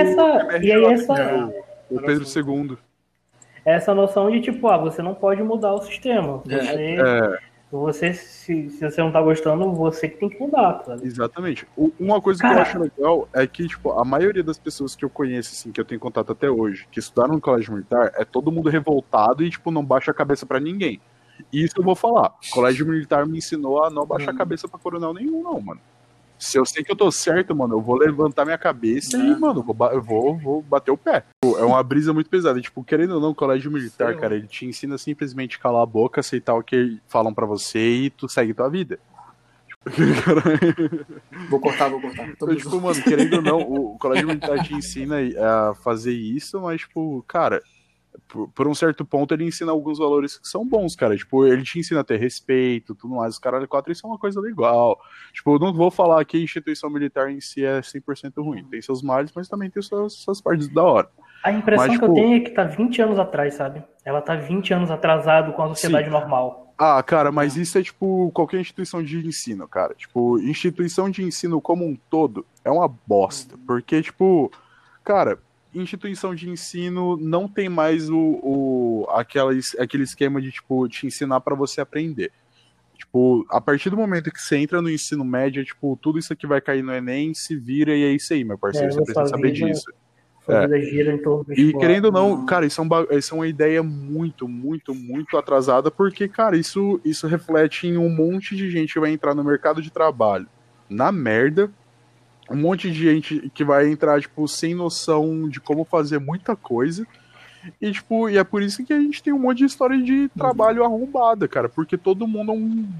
o Pedro II. Essa noção de, tipo, você não pode mudar o sistema. Você, se você não tá gostando, você que tem que mudar, sabe? Exatamente. Uma coisa que eu acho legal é que, tipo, a maioria das pessoas que eu conheço, assim, que eu tenho contato até hoje, que estudaram no colégio militar, é todo mundo revoltado e, tipo, não baixa a cabeça pra ninguém. E isso eu vou falar. O colégio militar me ensinou a não baixar a cabeça pra coronel nenhum, não, mano. Se eu sei que eu tô certo, mano, eu vou levantar minha cabeça e, mano, eu vou bater o pé. É uma brisa muito pesada. Tipo, querendo ou não, o colégio militar, cara, ele te ensina simplesmente calar a boca, aceitar o que falam pra você e tu segue tua vida. Vou cortar. Então, tipo, mano, querendo ou não, o colégio militar te ensina a fazer isso, mas, tipo, cara, por um certo ponto ele ensina alguns valores que são bons, cara. Tipo, ele te ensina a ter respeito, tudo mais. Os caralho 4, isso é uma coisa legal. Tipo, eu não vou falar que a instituição militar em si é 100% ruim. Tem seus males, mas também tem suas partes da hora. A impressão que eu tenho é que tá 20 anos atrás, sabe? Ela tá 20 anos atrasado com a sociedade normal. Cara, mas isso é, tipo, qualquer instituição de ensino, cara. Tipo, instituição de ensino como um todo é uma bosta. Porque, tipo, cara, instituição de ensino não tem mais aquele esquema de, tipo, te ensinar pra você aprender. Tipo, a partir do momento que você entra no ensino médio, tipo, tudo isso aqui vai cair no Enem, se vira e é isso aí, meu parceiro. Você precisa saber disso. Gira em torno do e querendo ou não, cara, isso é uma ideia muito, muito, muito atrasada, porque, cara, isso reflete em um monte de gente que vai entrar no mercado de trabalho na merda, um monte de gente que vai entrar, tipo, sem noção de como fazer muita coisa, e, tipo, e é por isso que a gente tem um monte de história de trabalho arrombada, cara, porque todo mundo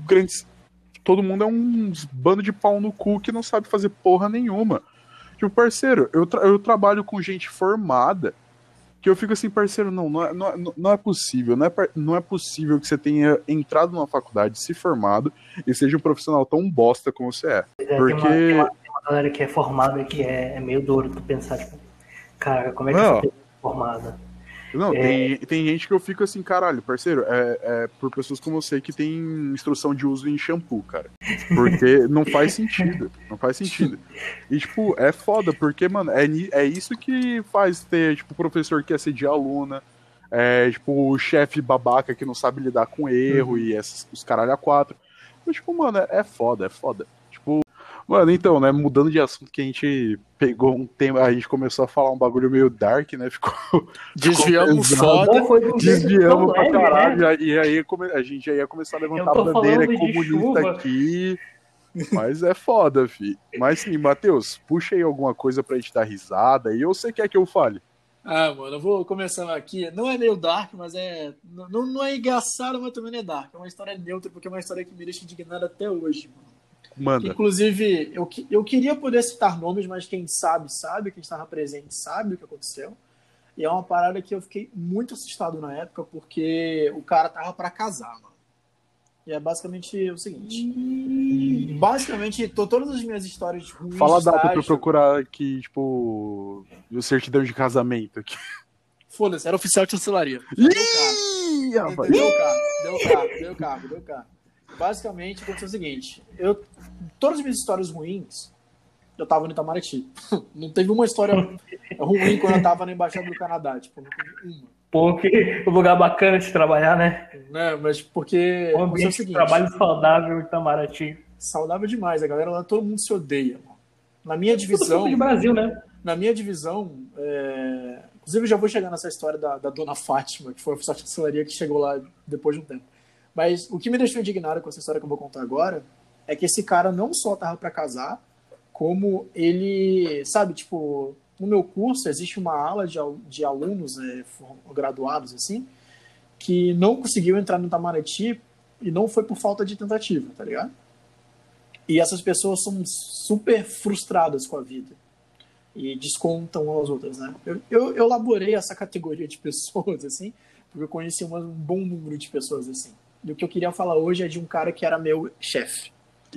é um bando de pau no cu que não sabe fazer porra nenhuma. Tipo, parceiro, eu trabalho com gente formada que eu fico assim, parceiro, não é possível. Não é possível que você tenha entrado numa faculdade, se formado e seja um profissional tão bosta como você é. Porque... Tem uma galera que é formada que é meio duro tu pensar, tipo, cara, como é que você é formada? Não, tem gente que eu fico assim, caralho, parceiro, por pessoas como você que tem instrução de uso em shampoo, cara. Porque não faz sentido. E, tipo, é foda, porque, mano, é isso que faz ter, tipo, professor que quer ser de aluna, tipo, o chefe babaca que não sabe lidar com erro e os caralho a 4. Então, tipo, mano, é foda. Tipo, mano, então, né, mudando de assunto, que a gente pegou um tema, a gente começou a falar um bagulho meio dark, né, Desviamos foda. Desviamos pra caralho, né? E aí a gente já ia começar a levantar a bandeira comunista aqui, mas é foda, fi. Mas sim, Matheus, puxa aí alguma coisa pra gente dar risada, e você quer que eu fale? Mano, eu vou começar aqui. Não é meio dark, mas não é engraçado, mas também não é dark. É uma história neutra, porque é uma história que me deixa indignado até hoje, mano. Manda. Inclusive, eu queria poder citar nomes, mas quem sabe, quem estava presente sabe o que aconteceu. E é uma parada que eu fiquei muito assustado na época, porque o cara tava pra casar, mano. E é basicamente o seguinte. Basicamente, todas as minhas histórias ruins Fala a de data pra eu estágio... procurar aqui, tipo, o certidão de casamento aqui. Foda-se, era oficial de chancelaria. Deu cargo. Basicamente, aconteceu o seguinte. Todas as minhas histórias ruins, eu tava no Itamaraty. Não teve uma história ruim quando eu tava na Embaixada do Canadá. Tipo, não teve uma. Pô, que lugar bacana de trabalhar, né? Mas porque... Um ambiente de trabalho saudável em Itamaraty. Saudável demais. A galera lá, todo mundo se odeia. Mano. Na minha divisão... de Brasil, né? Na minha divisão... Inclusive, eu já vou chegar nessa história da dona Fátima, que foi a oficial de chancelaria que chegou lá depois de um tempo. Mas o que me deixou indignado com essa história que eu vou contar agora é que esse cara não só tava pra casar, como ele... Sabe, tipo... No meu curso, existe uma ala de alunos graduados, assim, que não conseguiu entrar no Itamaraty e não foi por falta de tentativa, tá ligado? E essas pessoas são super frustradas com a vida e descontam umas às outras, né? Eu elaborei essa categoria de pessoas, assim, porque eu conheci um bom número de pessoas, assim. E o que eu queria falar hoje é de um cara que era meu chefe.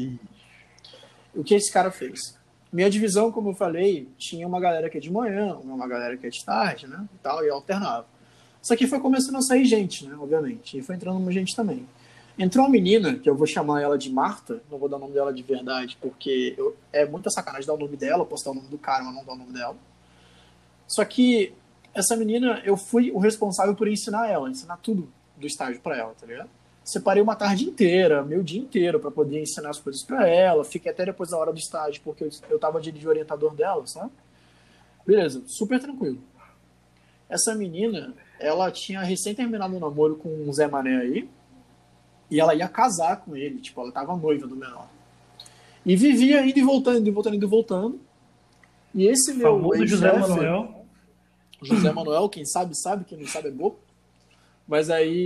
O que esse cara fez? Minha divisão, como eu falei, tinha uma galera que é de manhã, uma galera que é de tarde, né, e tal, e eu alternava. Só que foi começando a sair gente, né, obviamente, e foi entrando uma gente também. Entrou uma menina, que eu vou chamar ela de Marta, não vou dar o nome dela de verdade, porque é muita sacanagem dar o nome dela, posso dar o nome do cara, mas não dar o nome dela. Só que essa menina, eu fui o responsável por ensinar tudo do estágio pra ela, tá ligado? Separei uma tarde inteira, meu dia inteiro, para poder ensinar as coisas para ela. Fiquei até depois da hora do estágio, porque eu tava de orientador dela, sabe? Beleza, super tranquilo. Essa menina, ela tinha recém terminado um namoro com um Zé Mané aí, e ela ia casar com ele, tipo, ela tava noiva do menor. E vivia indo e voltando. E esse meu ex-chefe... José Manuel, quem sabe, quem não sabe é bobo. Mas aí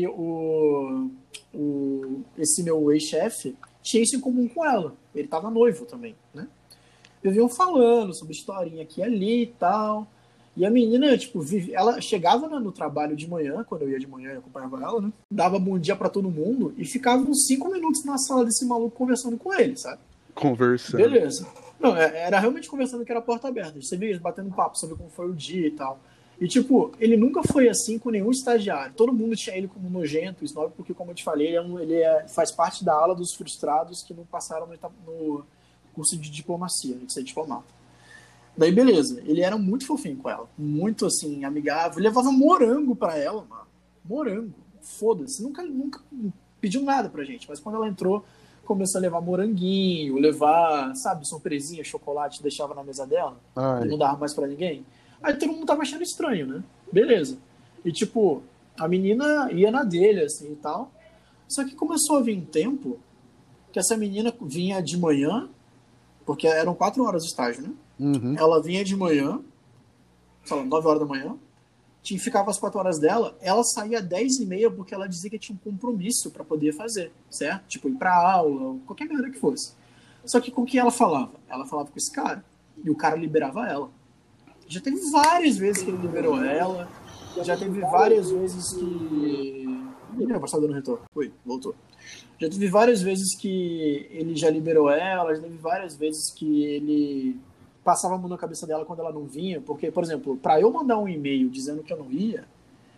esse meu ex-chefe tinha isso em comum com ela. Ele tava noivo também, né? Viviam falando sobre historinha aqui e ali e tal. E a menina, tipo, ela chegava no trabalho de manhã, quando eu ia de manhã e acompanhava ela, né? Dava bom dia pra todo mundo e ficava uns 5 minutos na sala desse maluco conversando com ele, sabe? Conversando. Beleza. Não, era realmente conversando que era a porta aberta. Você via batendo papo sobre como foi o dia e tal. E, tipo, ele nunca foi assim com nenhum estagiário. Todo mundo tinha ele como nojento, snob, porque, como eu te falei, faz parte da ala dos frustrados que não passaram no curso de diplomacia, de ser diplomata. Daí, beleza. Ele era muito fofinho com ela. Muito, assim, amigável. Ele levava morango pra ela, mano. Morango. Foda-se. Nunca pediu nada pra gente. Mas quando ela entrou, começou a levar moranguinho, levar, sabe, surpresinha, chocolate, deixava na mesa dela. E não dava mais pra ninguém. Aí todo mundo tava achando estranho, né? Beleza. E, tipo, a menina ia na dele, assim, e tal. Só que começou a vir um tempo que essa menina vinha de manhã, porque eram 4 horas de estágio, né? Uhum. Ela vinha de manhã, sei lá, 9 horas da manhã, ficava às 4 horas dela, ela saía às 10h30 porque ela dizia que tinha um compromisso pra poder fazer, certo? Tipo, ir pra aula, qualquer merda que fosse. Só que com o que ela falava? Ela falava com esse cara, e o cara liberava ela. Já teve várias vezes que ele liberou ela. Já teve várias vezes que... Ih, vai estar dando retorno. Oi, voltou. Já teve várias vezes que ele já liberou ela. Já teve várias vezes que ele passava a mão na cabeça dela quando ela não vinha. Porque, por exemplo, pra eu mandar um e-mail dizendo que eu não ia,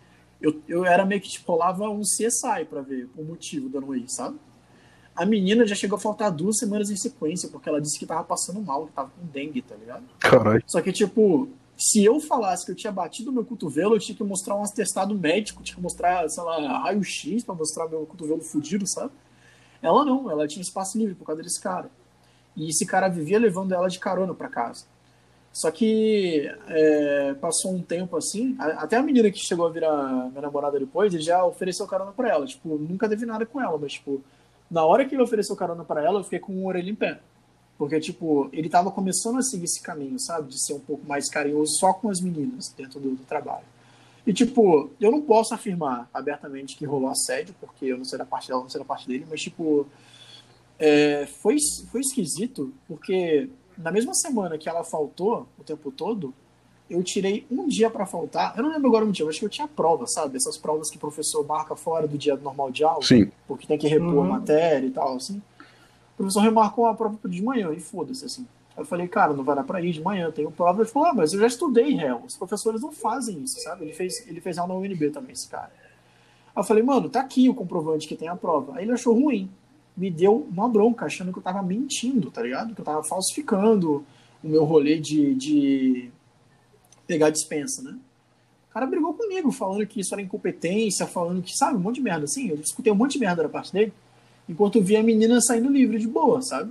eu era meio que, tipo, rolava um CSI pra ver o motivo de eu não ir, sabe? A menina já chegou a faltar 2 semanas em sequência, porque ela disse que tava passando mal, que tava com dengue, tá ligado? Caralho. Só que, tipo, se eu falasse que eu tinha batido meu cotovelo, eu tinha que mostrar um atestado médico, tinha que mostrar, sei lá, raio-x pra mostrar meu cotovelo fudido, sabe? Ela não, ela tinha espaço livre por causa desse cara. E esse cara vivia levando ela de carona pra casa. Só que passou um tempo assim, até a menina que chegou a virar minha namorada depois, ele já ofereceu carona pra ela. Tipo, nunca teve nada com ela, mas, tipo, na hora que ele ofereceu carona pra ela, eu fiquei com uma orelha em pé. Porque, tipo, ele tava começando a seguir esse caminho, sabe? De ser um pouco mais carinhoso só com as meninas dentro do trabalho. E, tipo, eu não posso afirmar abertamente que rolou assédio, porque eu não sei da parte dela, não sei da parte dele, mas, tipo, Foi esquisito, porque na mesma semana que ela faltou o tempo todo, eu tirei um dia pra faltar. Eu não lembro agora o motivo, acho que eu tinha prova, sabe? Essas provas que o professor marca fora do dia normal de aula. Sim. Porque tem que repor a matéria e tal, assim. O professor remarcou a prova de manhã, e foda-se, assim. Aí eu falei, cara, não vai dar pra ir de manhã, tenho prova. Ele falou, mas eu já estudei, réu. Os professores não fazem isso, sabe? Ele fez aula na UNB também, esse cara. Aí eu falei, mano, tá aqui o comprovante que tem a prova. Aí ele achou ruim. Me deu uma bronca, achando que eu tava mentindo, tá ligado? Que eu tava falsificando o meu rolê de pegar dispensa, né? O cara brigou comigo, falando que isso era incompetência, falando que, sabe, um monte de merda, assim. Eu escutei um monte de merda da parte dele, enquanto eu vi a menina saindo livre de boa, sabe?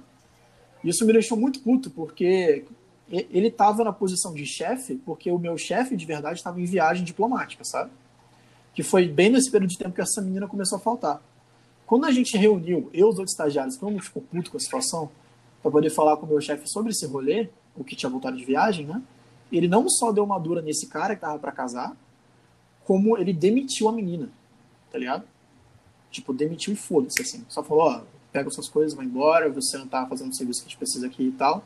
E isso me deixou muito puto, porque ele tava na posição de chefe, porque o meu chefe, de verdade, estava em viagem diplomática, sabe? Que foi bem nesse período de tempo que essa menina começou a faltar. Quando a gente reuniu, eu e os outros estagiários, todo mundo ficou puto com a situação, para poder falar com o meu chefe sobre esse rolê, o que tinha voltado de viagem, né? Ele não só deu uma dura nesse cara que tava para casar, como ele demitiu a menina, tá ligado? Tipo, demitiu e foda-se, assim. Só falou, ó, pega suas coisas, vai embora, você não tá fazendo o serviço que a gente precisa aqui e tal.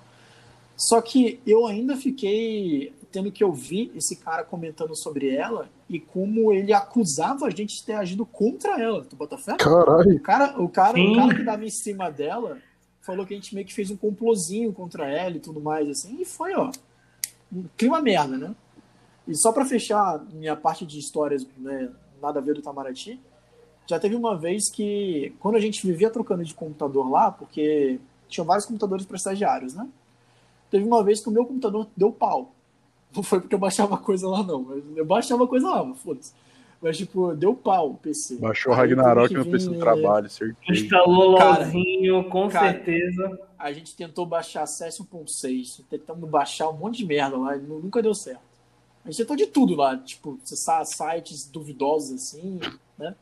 Só que eu ainda fiquei tendo que ouvir esse cara comentando sobre ela e como ele acusava a gente de ter agido contra ela. Tu bota fé? Caralho. O cara que dava em cima dela falou que a gente meio que fez um complozinho contra ela e tudo mais, assim. E foi, ó, um clima merda, né? E só pra fechar minha parte de histórias, né, nada a ver do Itamaraty, já teve uma vez que, quando a gente vivia trocando de computador lá, porque tinha vários computadores para estagiários, né? Teve uma vez que o meu computador deu pau. Não foi porque eu baixava coisa lá, não. Eu baixava coisa lá, foda-se. Mas, tipo, deu pau o PC. Baixou o Ragnarok no PC do trabalho, certeza. Instalou LOLzinho, com certeza. A gente tentou baixar CS 1.6, tentamos baixar um monte de merda lá, nunca deu certo. A gente tentou de tudo lá, tipo, sites duvidosos assim, né?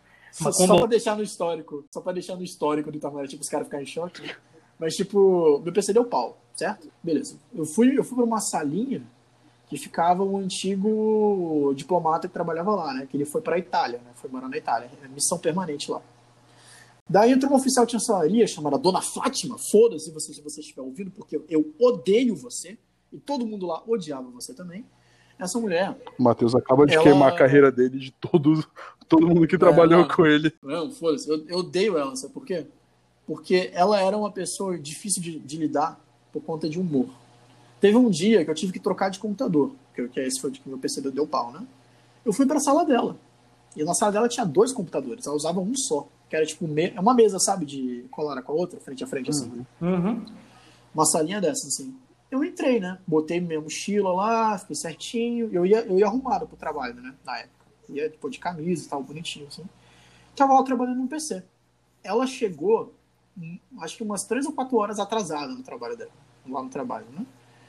Só pra deixar no histórico. Só pra deixar no histórico do Itamaraty, tipo, os caras ficarem em choque. Né? Mas, tipo, meu PC deu pau, certo? Beleza. Eu fui pra uma salinha que ficava um antigo diplomata que trabalhava lá, né? Que ele foi pra Itália, né? Foi morar na Itália. Missão permanente lá. Daí entrou uma oficial de chancelaria chamada Dona Fátima. Foda-se se você estiver ouvindo, porque eu odeio você. E todo mundo lá odiava você também. Essa mulher... O Matheus acaba de queimar a carreira dele de todo mundo que trabalhou com ele. Não, foda-se. Eu odeio ela, sabe por quê? Porque ela era uma pessoa difícil de lidar por conta de humor. Teve um dia que eu tive que trocar de computador, que esse foi o que meu PC deu pau, né? Eu fui pra sala dela. E na sala dela tinha 2 computadores. Ela usava um só. Que era tipo uma mesa, sabe? De colar com a outra, frente a frente, assim. Uhum. Uma salinha dessas, assim. Eu entrei, né? Botei minha mochila lá, fiquei certinho. Eu ia arrumado pro trabalho, né? Na época. Ia, tipo, de camisa e tal, bonitinho, assim. Tava lá trabalhando no PC. Ela chegou, acho que umas 3 ou 4 horas atrasada no trabalho dela. Lá no trabalho, né?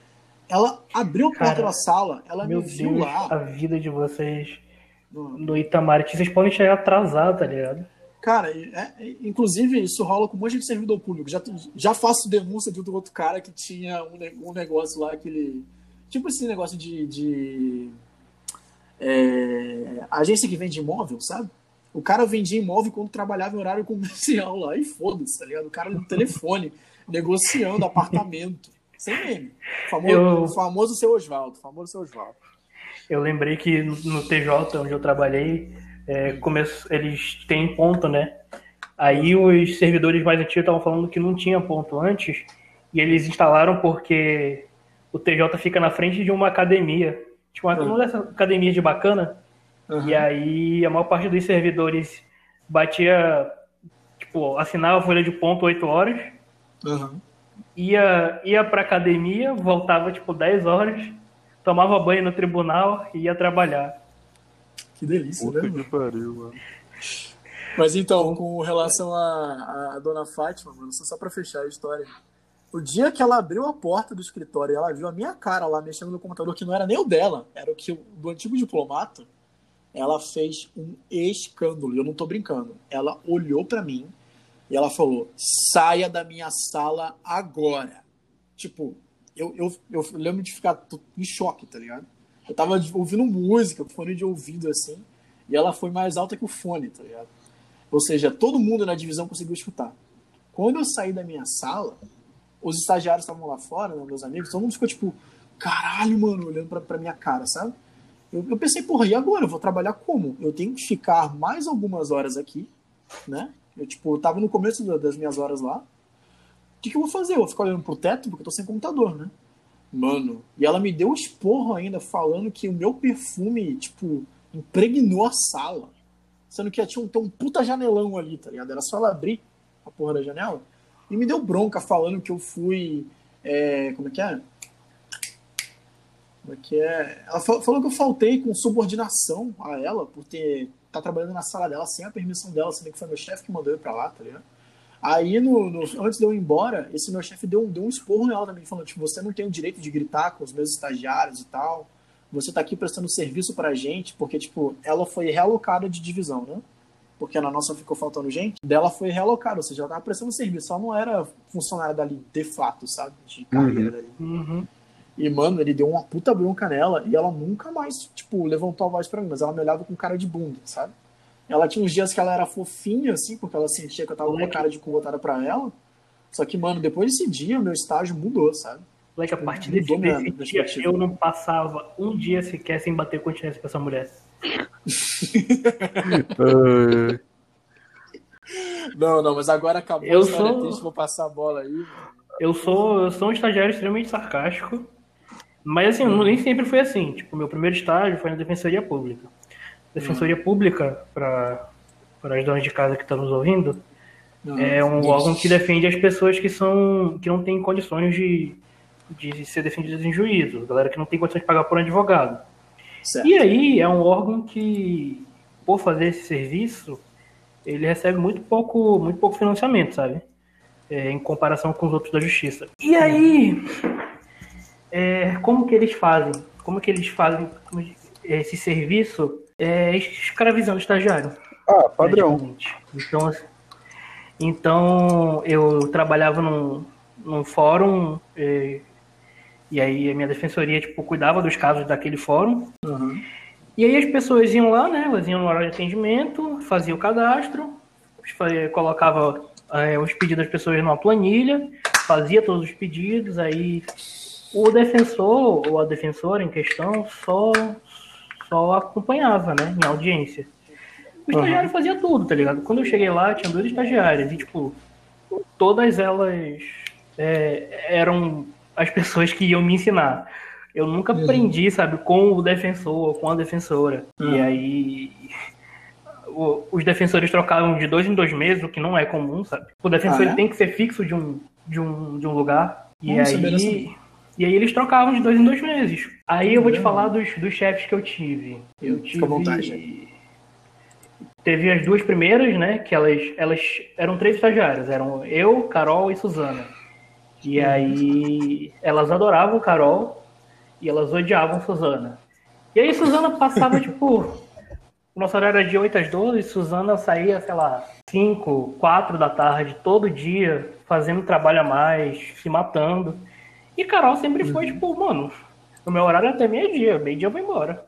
Ela abriu a porta da sala, ela me viu lá. A vida de vocês no Itamaraty, vocês podem chegar atrasado, tá ligado? Cara, inclusive isso rola com um monte de servidor público. Já faço denúncia de outro cara que tinha um negócio lá que ele... Tipo esse negócio de agência que vende imóvel, sabe? O cara vendia imóvel quando trabalhava em horário comercial lá. E foda-se, tá ligado? O cara no telefone, negociando apartamento. Sem meme. Famoso seu Osvaldo. Eu lembrei que no TJ, onde eu trabalhei, eles têm ponto, né? Aí os servidores mais antigos estavam falando que não tinha ponto antes, e eles instalaram porque o TJ fica na frente de uma academia. Tipo, uma dessa academia de bacana. Uhum. E aí a maior parte dos servidores batia, tipo, assinava a folha de ponto 8 horas, ia pra academia, voltava tipo 10 horas, tomava banho no tribunal e ia trabalhar. Que delícia, puta, né? Que pariu, mano. Mas então, com relação a Dona Fátima, mano, só pra fechar a história. O dia que ela abriu a porta do escritório e ela viu a minha cara lá mexendo no computador, que não era nem o dela, era o que do antigo diplomata, ela fez um escândalo, e eu não tô brincando. Ela olhou pra mim e ela falou, saia da minha sala agora. Tipo, eu lembro de ficar em choque, tá ligado? Eu tava ouvindo música, com fone de ouvido, assim, e ela foi mais alta que o fone, tá ligado? Ou seja, todo mundo na divisão conseguiu escutar. Quando eu saí da minha sala, os estagiários estavam lá fora, né, meus amigos, todo mundo ficou tipo, caralho, mano, olhando pra minha cara, sabe? Eu pensei, porra, e agora? Eu vou trabalhar como? Eu tenho que ficar mais algumas horas aqui, né? Eu tava no começo das minhas horas lá. O que eu vou fazer? Eu vou ficar olhando pro teto porque eu tô sem computador, né? Mano, e ela me deu um esporro ainda falando que o meu perfume, impregnou a sala. Sendo que tinha um puta janelão ali, tá ligado? Era só ela abrir a porra da janela. E me deu bronca falando que eu fui... Como é que é? Ela falou que eu faltei com subordinação a ela por tá trabalhando na sala dela sem a permissão dela, sendo que foi meu chefe que mandou eu pra lá, tá ligado? Aí, antes de eu ir embora, esse meu chefe deu um esporro nela também, falando, você não tem o direito de gritar com os meus estagiários e tal, você tá aqui prestando serviço pra gente, porque, ela foi realocada de divisão, né? Porque na nossa ficou faltando gente, dela foi realocada, ou seja, ela tava prestando serviço, ela não era funcionária dali, de fato, sabe? De carreira dali. Uhum. E, mano, ele deu uma puta bronca nela e ela nunca mais, levantou a voz pra mim, mas ela me olhava com cara de bunda, sabe? Ela tinha uns dias que ela era fofinha, assim, porque ela sentia que eu tava com a cara de cu voltada pra ela. Só que, mano, depois desse dia, meu estágio mudou, sabe? A partir desse dia, eu não passava um dia sequer sem bater continência pra essa mulher. Não, mas agora acabou a história triste, vou passar a bola aí. Eu sou um estagiário extremamente sarcástico, mas assim, nem sempre foi assim. Meu primeiro estágio foi na Defensoria Pública. Defensoria Pública, para as donas de casa que estão nos ouvindo, é um órgão que defende as pessoas que não têm condições de ser defendidas em juízo, galera que não tem condições de pagar por um advogado. Certo. E aí é um órgão que, por fazer esse serviço, ele recebe muito pouco financiamento, sabe? Em comparação com os outros da justiça. E aí, como que eles fazem? Como que eles fazem esse serviço escravizando o estagiário? Padrão. Então eu trabalhava num fórum, e aí a minha defensoria cuidava dos casos daquele fórum. Uhum. E aí as pessoas iam lá, né? Elas iam no horário de atendimento, faziam o cadastro, colocava os pedidos das pessoas numa planilha, fazia todos os pedidos, aí o defensor ou a defensora em questão só acompanhava, né? Em audiência. O estagiário fazia tudo, tá ligado? Quando eu cheguei lá, tinha 2 estagiárias e, todas elas eram as pessoas que iam me ensinar. Eu nunca aprendi, sabe, com o defensor, com a defensora. E aí, os defensores trocavam de 2 em 2 meses, o que não é comum, sabe? O defensor ele tem que ser fixo de um lugar. E aí eles trocavam de 2 em 2 meses. Aí eu vou te falar dos chefes que eu tive. Fica à vontade. Teve as 2 primeiras, né? Que elas eram 3 estagiárias. Eram eu, Carol e Suzana. E aí elas adoravam Carol e elas odiavam Suzana. E aí Suzana passava, o nosso horário era de 8 às 12, Suzana saía, 5, 4 da tarde, todo dia, fazendo trabalho a mais, se matando. E Carol sempre foi, mano, o meu horário é até meio-dia eu vou embora.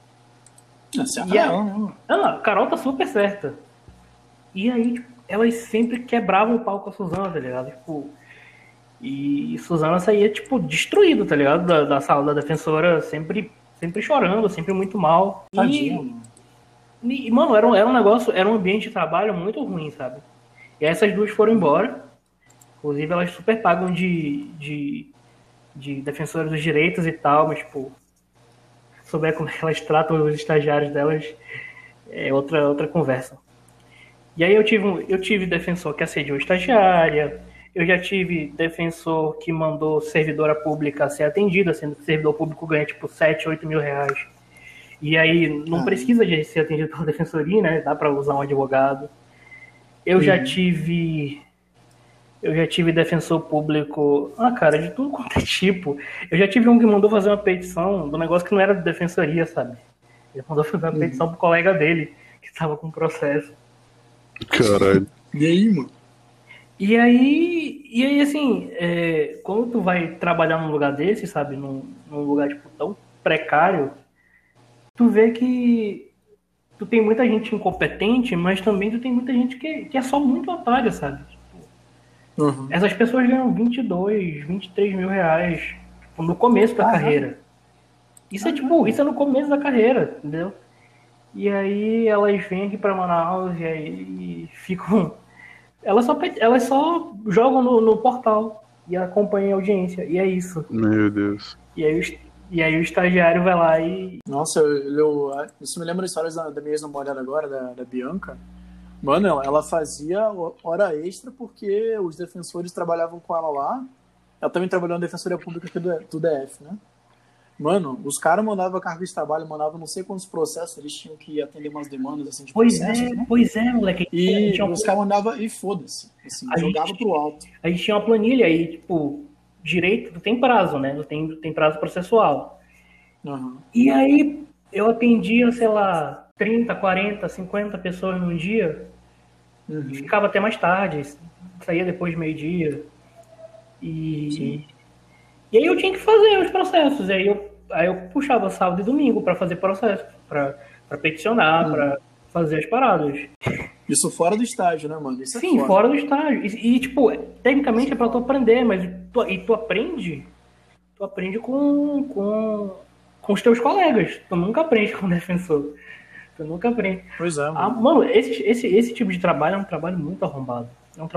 Carol tá super certa. E aí, elas sempre quebravam o pau com a Suzana, tá ligado? E Suzana saía, destruída, tá ligado? Da sala da defensora, sempre chorando, sempre muito mal. Tadinho. E, mano, era um negócio, era um ambiente de trabalho muito ruim, sabe? E essas 2 foram embora. Inclusive, elas super pagam de defensoras dos direitos e tal, mas, souber como elas tratam os estagiários delas, é outra conversa. E aí eu tive defensor que assediou estagiária, eu já tive defensor que mandou servidora pública ser atendida, sendo que o servidor público ganha 7, 8 mil reais. E aí não precisa de ser atendido pela defensoria, né? Dá para usar um advogado. Eu já tive defensor público, cara, de tudo quanto é tipo. Eu já tive um que mandou fazer uma petição do negócio que não era de defensoria, sabe? Ele mandou fazer uma petição pro colega dele, que estava com processo. Caralho. E aí, mano? E aí assim, quando tu vai trabalhar num lugar desse, sabe? Num lugar, tão precário, tu vê que tu tem muita gente incompetente, mas também tu tem muita gente que é só muito otária, sabe? Essas pessoas ganham 22, 23 mil reais no começo da carreira. Isso é isso é no começo da carreira, entendeu? E aí elas vêm aqui pra Manaus e aí ficam... Elas só jogam no portal e acompanham a audiência, e é isso. Meu Deus. E aí o estagiário vai lá e... Nossa, isso me lembra histórias da minha ex-namorada agora, da Bianca. Mano, ela fazia hora extra porque os defensores trabalhavam com ela lá. Ela também trabalhou na Defensoria Pública aqui do DF, né? Mano, os caras mandavam carga de trabalho, mandavam não sei quantos processos, eles tinham que atender umas demandas assim de processos, né? Pois é, moleque. E os caras mandavam e foda-se, assim, jogava pro alto. A gente tinha uma planilha aí, tipo, direito, tem prazo, né? Tem prazo processual. E aí eu atendia, sei lá, 30, 40, 50 pessoas num dia, e ficava até mais tarde, saía depois de meio-dia. E aí eu tinha que fazer os processos. Aí eu puxava sábado e domingo para fazer processo, para peticionar, para fazer as paradas. Isso fora do estágio, né, mano? Isso Sim, fora do estágio. E tipo, tecnicamente é para tu aprender, mas tu aprende com os teus colegas. Tu nunca aprende com o defensor. Tu nunca aprende. Pois é, mano. Mano, esse tipo de trabalho é um trabalho muito arrombado.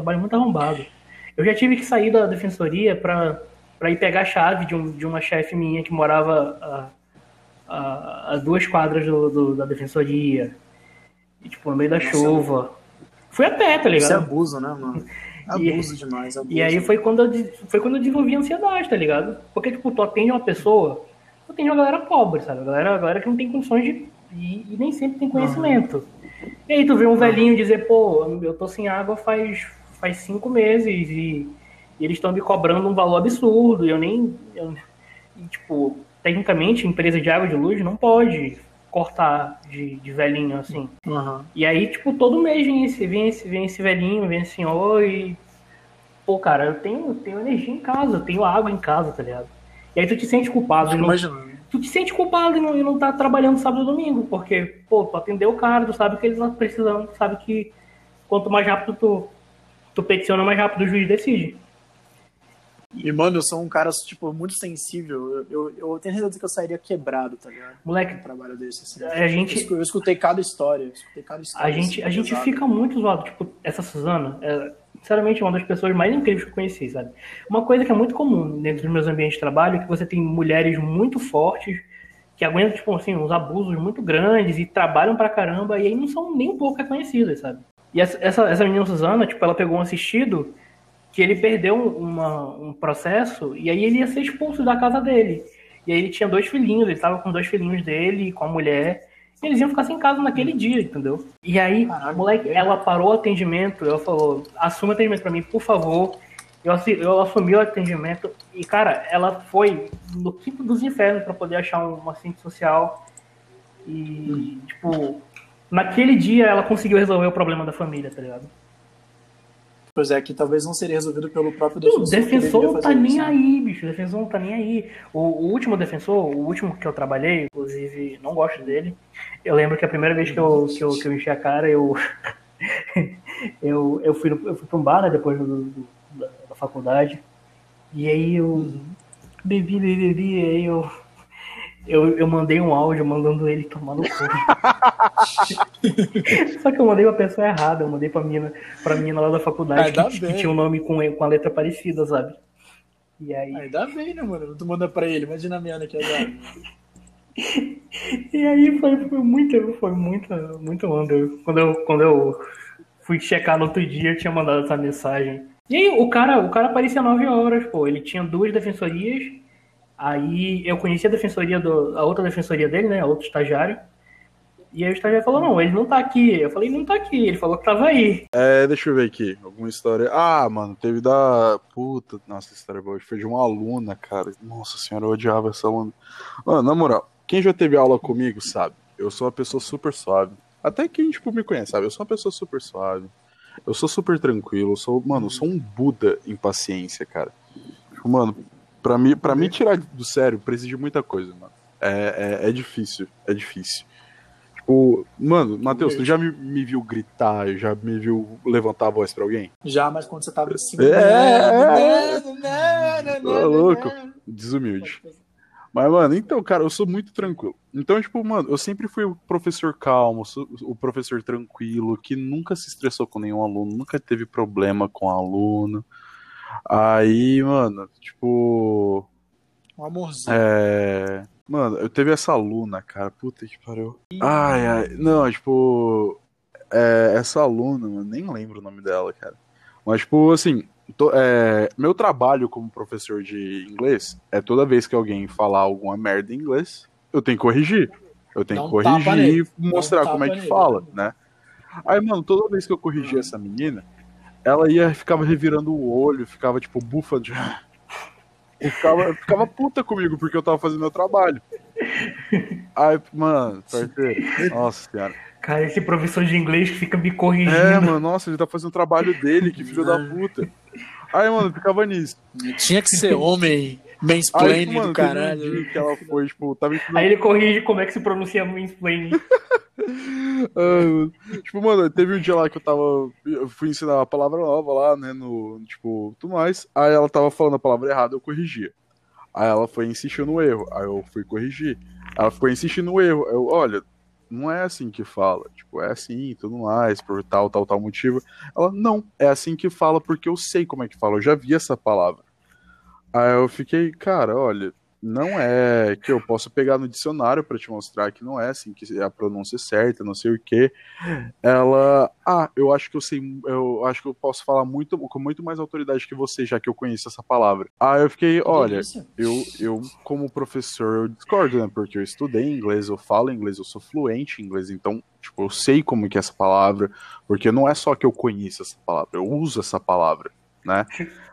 Eu já tive que sair da defensoria para ir pegar a chave de uma chefe minha que morava a 2 quadras da defensoria. E, tipo, no meio da chuva. Fui a pé, tá ligado? Isso é abuso, né, mano? Abuso demais. E aí foi quando eu desenvolvi ansiedade, tá ligado? Porque, tipo, tu atende uma pessoa, tu atende uma galera pobre, sabe? A galera que não tem condições e nem sempre tem conhecimento. E aí tu vê um velhinho dizer, pô, eu tô sem água faz 5 meses e eles estão me cobrando um valor absurdo. E, tipo, tecnicamente, empresa de água e de luz não pode cortar de velhinho, assim. E aí, tipo, todo mês vem esse velhinho, vem esse senhor e... Pô, cara, eu tenho energia em casa, eu tenho água em casa, tá ligado? E aí tu te sente culpado. Tu te sente culpado e não tá trabalhando sábado e domingo, porque, pô, tu atendeu o cara, tu sabe que eles estão precisando, tu sabe que quanto mais rápido tu peticiona, mais rápido o juiz decide. E, mano, eu sou um cara, tipo, muito sensível. Eu tenho certeza que eu sairia quebrado, tá ligado? Moleque, um trabalho desse, assim. Eu escutei cada história. A gente fica muito zoado. Tipo, essa Suzana é, sinceramente, uma das pessoas mais incríveis que eu conheci, sabe? Uma coisa que é muito comum dentro dos meus ambientes de trabalho é que você tem mulheres muito fortes que aguentam, tipo assim, uns abusos muito grandes e trabalham pra caramba e aí não são nem um pouco reconhecidas, sabe? E essa menina Suzana, tipo, ela pegou um assistido que ele perdeu um processo e aí ele ia ser expulso da casa dele. E aí ele tinha 2 filhinhos, ele tava com 2 filhinhos dele, com a mulher, e eles iam ficar sem casa naquele dia, entendeu? E aí, moleque, ela parou o atendimento, ela falou, assuma o atendimento pra mim, por favor. Eu assumi o atendimento e, cara, ela foi no quinto dos infernos pra poder achar um assistente social e, tipo, naquele dia ela conseguiu resolver o problema da família, tá ligado? Pois é, que talvez não seria resolvido pelo próprio defensor. O defensor não tá nem aí, bicho. O defensor não tá nem aí. O último defensor, o último que eu trabalhei, inclusive, não gosto dele. Eu lembro que a primeira vez que eu enchi a cara, eu fui pra um bar, né, depois da faculdade. E aí eu bebi, e aí eu mandei um áudio mandando ele tomar no cu. Só que eu mandei pra pessoa errada, eu mandei pra menina lá da faculdade que tinha um nome com a letra parecida, sabe? E aí... Ainda bem, né, mano? Tu manda pra ele, imagina a minha aqui agora. E aí foi muito onda. Quando eu fui checar no outro dia, eu tinha mandado essa mensagem. E aí o cara aparecia 9 horas, pô. Ele tinha 2 defensorias. Aí eu conheci a outra defensoria dele, né? Outro estagiário. E aí o estagiário falou, não, ele não tá aqui. Eu falei, não tá aqui. Ele falou que tava aí. Deixa eu ver aqui. Alguma história. Ah, mano, teve da... Puta, nossa, história boa. Foi de uma aluna, cara. Nossa senhora, eu odiava essa aluna. Mano, na moral, quem já teve aula comigo, sabe? Eu sou uma pessoa super suave. Até quem, tipo, me conhece, sabe? Eu sou uma pessoa super suave. Eu sou super tranquilo. Eu sou um Buda em paciência, cara. Tipo, mano... Pra mim tirar do sério, precisa de muita coisa, mano. É difícil. Tipo, Tipo, mano, Matheus, tu já me viu gritar, já me viu levantar a voz pra alguém? Já, mas quando você tava em cima... Ô, louco, desumilde. Mas, mano, então, cara, eu sou muito tranquilo. Então, tipo, mano, eu sempre fui o professor calmo, o professor tranquilo, que nunca se estressou com nenhum aluno, nunca teve problema com aluno. Aí, mano, tipo... Um amorzinho. Mano, eu teve essa aluna, cara, puta que pariu. Ai, não, tipo... essa aluna, eu nem lembro o nome dela, cara. Mas, tipo, assim... meu trabalho como professor de inglês é toda vez que alguém falar alguma merda em inglês, eu tenho que corrigir. Eu tenho que corrigir e mostrar como é que fala, né? Aí, mano, toda vez que eu corrigia essa menina, ela ficava revirando o olho, ficava tipo bufa de. Ficava puta comigo porque eu tava fazendo meu trabalho. Aí, mano, parceiro, nossa senhora. Cara, esse professor de inglês que fica me corrigindo. Mano, nossa, ele tá fazendo o trabalho dele, que filho da puta. Aí, mano, ficava nisso. Tinha que ser homem, mansplaining tipo, mano, do caralho. Um dia que ela foi, tipo, tava estudando... Aí ele corrige como é que se pronuncia mansplaining. Tipo, mano, teve um dia lá que eu fui ensinar uma palavra nova lá, né, tipo, tudo mais. Aí ela tava falando a palavra errada, eu corrigia. Aí ela foi insistir no erro, aí eu fui corrigir. Ela ficou insistindo no erro. Olha, não é assim que fala. Tipo, é assim e tudo mais, por tal motivo. Ela, não, é assim que fala porque eu sei como é que fala, eu já vi essa palavra. Aí eu fiquei, cara, olha, não é que eu posso pegar no dicionário pra te mostrar que não é assim, que a pronúncia é certa, não sei o quê. Ela, eu acho que eu acho que eu posso falar com muito mais autoridade que você, já que eu conheço essa palavra. Aí eu fiquei, olha, eu como professor, eu discordo, né, porque eu estudei inglês, eu falo inglês, eu sou fluente em inglês, então, tipo, eu sei como que é essa palavra, porque não é só que eu conheço essa palavra, eu uso essa palavra, né?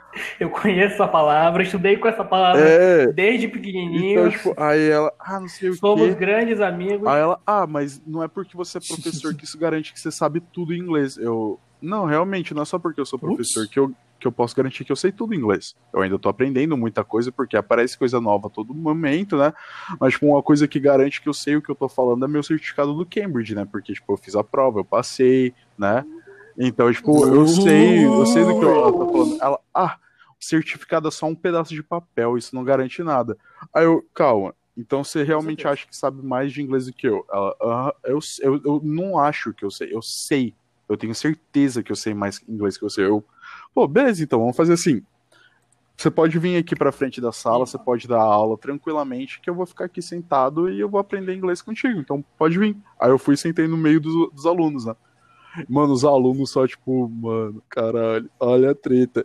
Eu conheço essa palavra, estudei com essa palavra desde pequenininho. Então, tipo, aí ela, não sei o quê. Somos grandes amigos. Aí ela, mas não é porque você é professor que isso garante que você sabe tudo em inglês. Não, realmente, não é só porque eu sou professor que eu posso garantir que eu sei tudo em inglês. Eu ainda tô aprendendo muita coisa, porque aparece coisa nova a todo momento, né? Mas, tipo, uma coisa que garante que eu sei o que eu tô falando é meu certificado do Cambridge, né? Porque, tipo, eu fiz a prova, eu passei, né? Então, tipo, eu sei do que ela tá falando. Ela, certificado é só um pedaço de papel, isso não garante nada. Aí eu, calma, então você realmente acha que sabe mais de inglês do que eu? Ela, eu não acho que eu sei, eu tenho certeza que eu sei mais inglês que você. Beleza, então, vamos fazer assim. Você pode vir aqui pra frente da sala, você pode dar aula tranquilamente, que eu vou ficar aqui sentado e eu vou aprender inglês contigo, então pode vir. Aí eu fui e sentei no meio dos alunos, né? Mano, os alunos só, tipo, mano, caralho, olha a treta.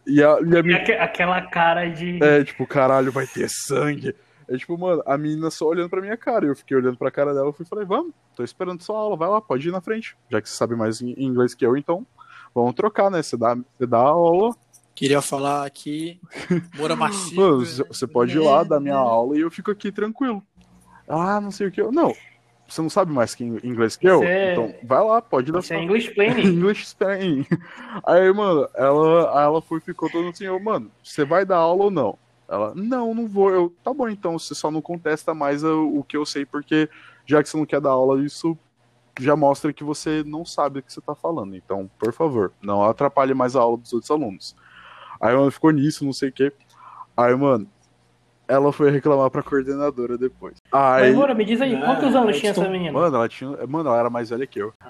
Aquela cara de... tipo, caralho, vai ter sangue. Tipo, mano, a menina só olhando pra minha cara. Eu fiquei olhando pra cara dela e falei, vamos, tô esperando sua aula, vai lá, pode ir na frente. Já que você sabe mais inglês que eu, então vamos trocar, né? Você dá a aula. Queria falar aqui, Moura Machiga. Mano, você pode ir lá, dar minha aula e eu fico aqui tranquilo. Não sei o que. Não, você não sabe mais que inglês que eu? Então, vai lá, pode dar sua... English Planning. English Planning. Aí, mano, ela ficou toda assim, mano, você vai dar aula ou não? Ela, não vou. Tá bom, então, você só não contesta mais o que eu sei, porque já que você não quer dar aula, isso já mostra que você não sabe o que você tá falando. Então, por favor, não atrapalhe mais a aula dos outros alunos. Aí, mano, ficou nisso, não sei o quê. Aí, mano, ela foi reclamar pra coordenadora depois. Mas, Moura, me diz aí, quantos anos tinha essa menina? Mano, ela era mais velha que eu.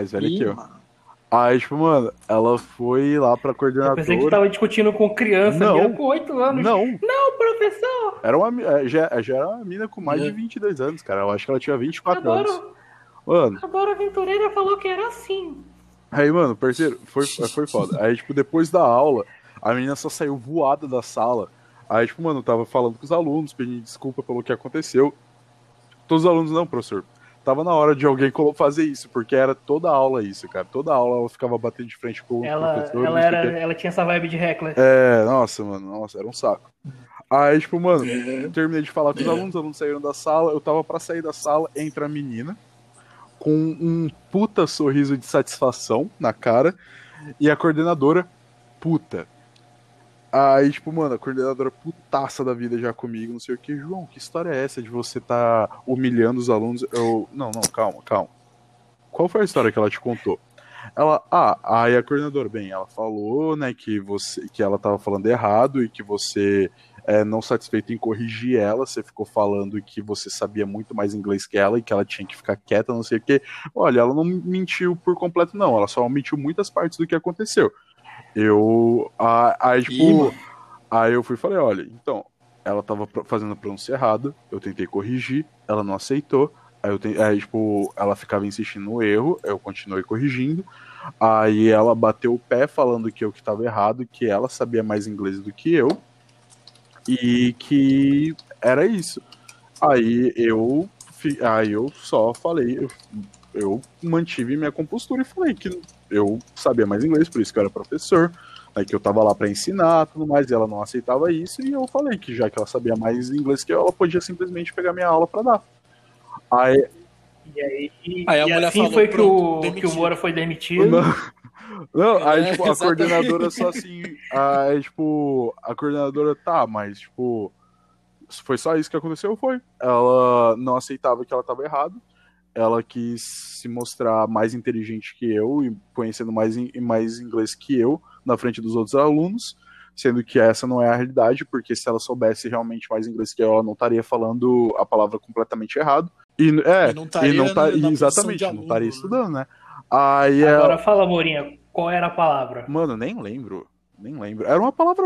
Aí, tipo, mano, ela foi lá pra coordenadora. Eu pensei que tava discutindo com criança, não, com 8 anos. Não, professor! Já era uma menina com mais de 22 anos, cara. Eu acho que ela tinha 24 anos. Mano. Agora a aventureira falou que era assim. Aí, mano, parceiro, foi foda. Aí, tipo, depois da aula, a menina só saiu voada da sala. Aí, tipo, mano, eu tava falando com os alunos, pedindo desculpa pelo que aconteceu. Todos os alunos, não, professor. Tava na hora de alguém fazer isso, porque era toda aula isso, cara. Toda aula ela ficava batendo de frente com o professor. Ela tinha essa vibe de heckler. Nossa, mano, era um saco. Aí, tipo, mano, terminei de falar com os alunos saíram da sala, eu tava pra sair da sala, entra a menina, com um puta sorriso de satisfação na cara, e a coordenadora, puta. Aí, tipo, mano, a coordenadora putaça da vida já comigo, não sei o que. João, que história é essa de você tá humilhando os alunos? Não, calma. qual foi a história que ela te contou? Ela, aí a coordenadora, bem, ela falou, né, que ela tava falando errado e que você, não satisfeito em corrigir ela, você ficou falando que você sabia muito mais inglês que ela e que ela tinha que ficar quieta, não sei o quê. Olha, ela não mentiu por completo, não, ela só omitiu muitas partes do que aconteceu. Aí eu fui e falei, olha, então, ela tava fazendo a pronúncia errada, eu tentei corrigir, ela não aceitou, aí ela ficava insistindo no erro, eu continuei corrigindo, aí ela bateu o pé falando que eu que tava errado, que ela sabia mais inglês do que eu, e que era isso. Aí eu só falei, eu mantive minha compostura e falei que eu sabia mais inglês, por isso que eu era professor, né, que eu tava lá para ensinar tudo mais, e ela não aceitava isso, e eu falei que já que ela sabia mais inglês que eu, ela podia simplesmente pegar minha aula para dar. Aí a mulher assim falou, foi que o Moura foi demitido. Não, aí, tipo, a coordenadora só assim. Aí, tipo, a coordenadora tá, mas, tipo, foi só isso que aconteceu? Foi. Ela não aceitava que ela tava errado. Ela quis se mostrar mais inteligente que eu e conhecendo mais inglês que eu na frente dos outros alunos, sendo que essa não é a realidade, porque se ela soubesse realmente mais inglês que eu, ela não estaria falando a palavra completamente errado. Exatamente, não estaria estudando, né? Aí agora fala, Mourinha, qual era a palavra? Mano, nem lembro. Era uma palavra.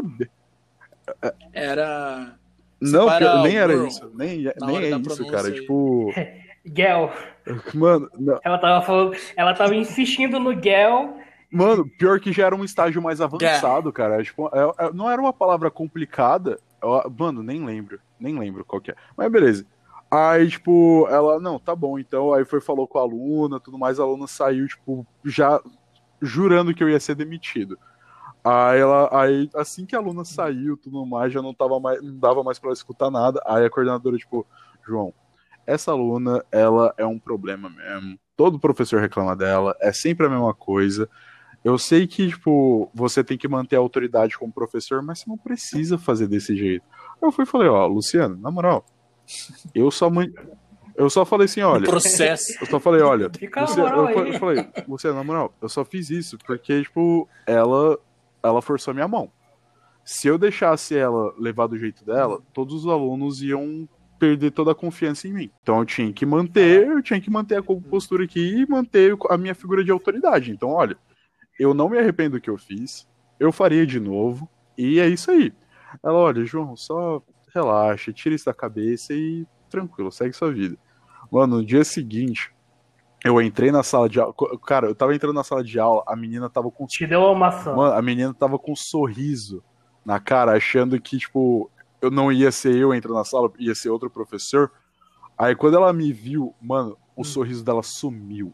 Era. Não, nem era isso. Nem é isso, cara. Tipo. Gel. Mano, não. Ela tava insistindo no gel. Mano, pior que já era um estágio mais avançado, cara. Tipo, não era uma palavra complicada. Mano, nem lembro qual que é. Mas beleza. Aí, tipo, ela, não, tá bom, então. Aí falou com a aluna, tudo mais. A aluna saiu, tipo, já jurando que eu ia ser demitido. Aí assim que a aluna saiu, tudo mais, já não dava mais pra ela escutar nada. Aí a coordenadora, tipo, João, essa aluna, ela é um problema mesmo. Todo professor reclama dela, é sempre a mesma coisa. Eu sei que, tipo, você tem que manter a autoridade como professor, mas você não precisa fazer desse jeito. Eu fui e falei, Luciano, na moral, eu só falei assim, olha... Processo. Eu só falei, olha... Eu falei, Luciano, na moral, eu só fiz isso porque, tipo, ela forçou minha mão. Se eu deixasse ela levar do jeito dela, todos os alunos iam perder toda a confiança em mim. Então eu tinha que manter a compostura aqui e manter a minha figura de autoridade. Então, olha, eu não me arrependo do que eu fiz, eu faria de novo, e é isso aí. Ela, olha, João, só relaxa, tira isso da cabeça e tranquilo, segue sua vida. Mano, no dia seguinte, eu entrei na sala de aula. Cara, eu tava entrando na sala de aula, a menina tava com. Te deu uma maçã. Mano, a menina tava com um sorriso na cara, achando que, tipo, eu não ia ser eu entrando na sala, ia ser outro professor. Aí quando ela me viu, mano, o sorriso dela sumiu.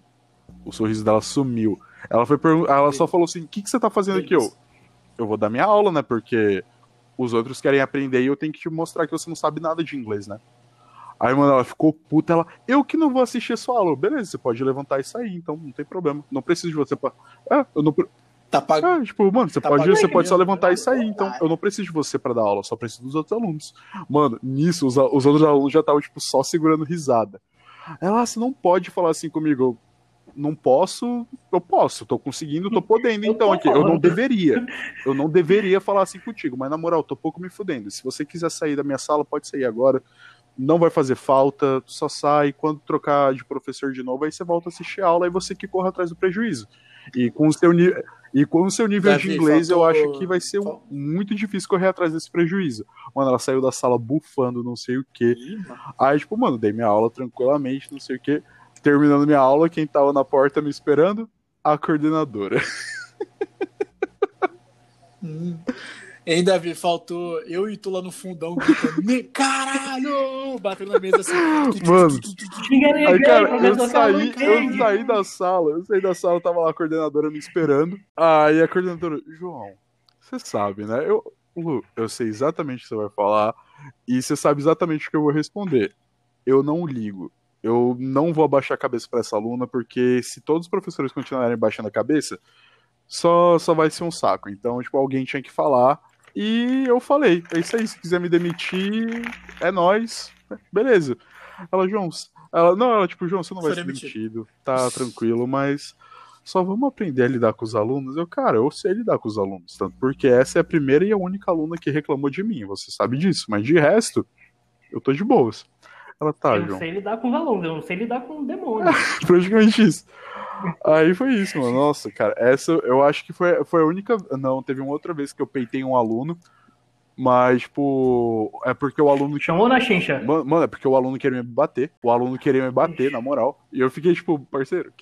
Ela só falou assim: o que você tá fazendo aqui? Eu vou dar minha aula, né? Porque os outros querem aprender e eu tenho que te mostrar que você não sabe nada de inglês, né? Aí, mano, ela ficou puta, eu que não vou assistir a sua aula. Beleza, você pode levantar e sair, então não tem problema. Não preciso de você pra... eu não... tipo, mano, você pode só levantar e sair, então eu não preciso de você pra dar aula, eu só preciso dos outros alunos. Mano, nisso, os outros alunos já estavam, tipo, só segurando risada. Ela, você não pode falar assim comigo. Não posso, eu posso, tô conseguindo, tô podendo, então aqui, eu não deveria falar assim contigo, mas na moral, tô pouco me fudendo. Se você quiser sair da minha sala, pode sair agora. Não vai fazer falta, só sai. Quando trocar de professor de novo, aí você volta a assistir a aula e você que corre atrás do prejuízo. E com o seu nível de inglês, eu acho que vai ser muito difícil correr atrás desse prejuízo. Mano, ela saiu da sala bufando, não sei o quê. Aí, tipo, mano, dei minha aula tranquilamente, não sei o quê. Terminando minha aula, quem tava na porta me esperando? A coordenadora. Hein, Davi, faltou eu e tu lá no fundão gritando, caralho! Batendo na mesa assim. Mano, aí, cara, eu saí da sala, tava lá a coordenadora me esperando. Aí a coordenadora, João, você sabe, né? Eu sei exatamente o que você vai falar e você sabe exatamente o que eu vou responder. Eu não ligo. Eu não vou abaixar a cabeça pra essa aluna, porque se todos os professores continuarem baixando a cabeça, só vai ser um saco. Então, tipo, alguém tinha que falar. E eu falei, é isso aí, se quiser me demitir, é nóis. Beleza. Ela, João, Ela, tipo, João, você não vai ser demitido, tá tranquilo, mas só vamos aprender a lidar com os alunos. Cara, eu sei lidar com os alunos, tanto porque essa é a primeira e a única aluna que reclamou de mim, você sabe disso, mas de resto, eu tô de boas. Ela tá, João. Eu não sei lidar com os alunos, eu não sei lidar com demônios. Praticamente isso. Aí foi isso, mano. Nossa, cara, essa eu acho que foi a única. Não, teve uma outra vez que eu peitei um aluno, mas, tipo, é porque o aluno. Chamou na chincha? Mano, é porque o aluno queria me bater. O aluno queria me bater, na moral. E eu fiquei, tipo, parceiro,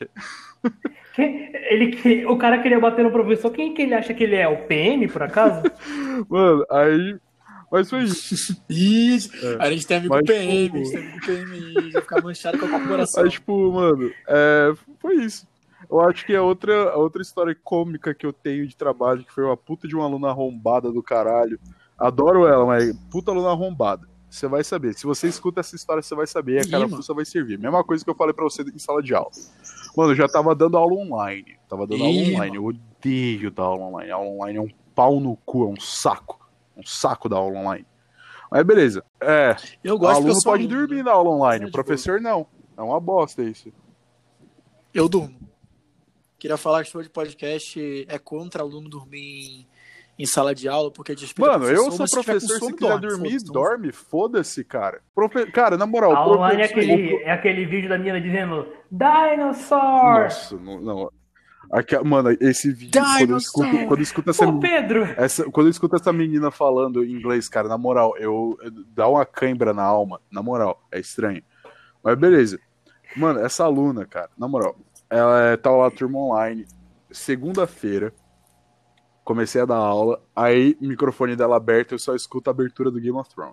o cara queria bater no professor. Quem que ele acha que ele é? O PM, por acaso? Mano, aí. Mas foi isso. Isso. A gente tem amigo PM, a gente tem amigo PM, já ficar manchado com a corporação. Aí, tipo, mano, foi isso. Eu acho que a outra história cômica que eu tenho de trabalho, que foi uma puta de uma aluna arrombada do caralho. Adoro ela, mas puta aluna arrombada. Você vai saber. Se você escuta essa história, você vai saber. E a carapuça vai servir. Mesma coisa que eu falei pra você em sala de aula. Mano, eu já tava dando aula online. Eu odeio dar aula online. A aula online é um pau no cu, é um saco. Um saco da aula online. Mas beleza. Eu gosto. O aluno pode dormir na aula online. O professor não. É uma bosta isso. Eu durmo. Queria falar que show de podcast é contra aluno dormir em sala de aula, porque Mano, eu sou professor, se quiser dormir, dorme, foda-se, cara. Cara, na moral... A online é aquele vídeo da menina dizendo Dinosaurs! Nossa, não. Mano, esse vídeo, quando eu escuto essa... Pedro! Quando eu escuto essa menina falando inglês, cara, na moral, dá uma cãibra na alma, na moral, é estranho. Mas beleza. Mano, essa aluna, cara, na moral, ela tá lá na turma online, segunda-feira, comecei a dar aula, aí o microfone dela aberto, eu só escuto a abertura do Game of Thrones.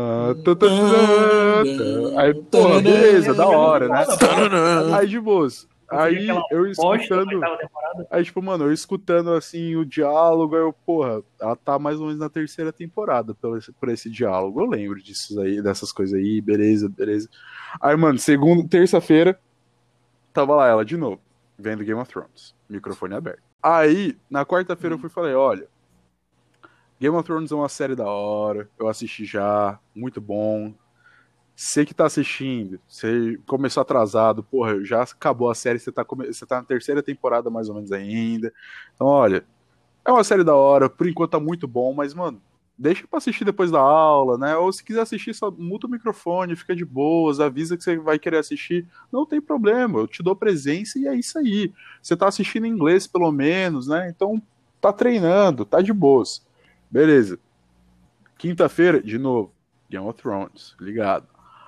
Aí, porra, beleza, da hora, né? Aí de boas. Aí eu escutando. Aí, tipo, mano, eu escutando assim o diálogo, aí eu, porra, ela tá mais ou menos na terceira temporada por esse diálogo. Eu lembro disso aí, dessas coisas aí, beleza. Aí, mano, terça-feira, tava lá ela de novo, vendo Game of Thrones, microfone aberto. Aí, na quarta-feira eu fui e falei, olha, Game of Thrones é uma série da hora, eu assisti já, muito bom. Você que tá assistindo, você começou atrasado, porra, já acabou a série, você tá na terceira temporada mais ou menos ainda. Então, olha, é uma série da hora, por enquanto tá muito bom, mas, mano, deixa pra assistir depois da aula, né? Ou se quiser assistir, só muta o microfone, fica de boas, avisa que você vai querer assistir. Não tem problema, eu te dou presença e é isso aí. Você tá assistindo em inglês, pelo menos, né? Então, tá treinando, tá de boas. Beleza. Quinta-feira, de novo, Game of Thrones, ligado.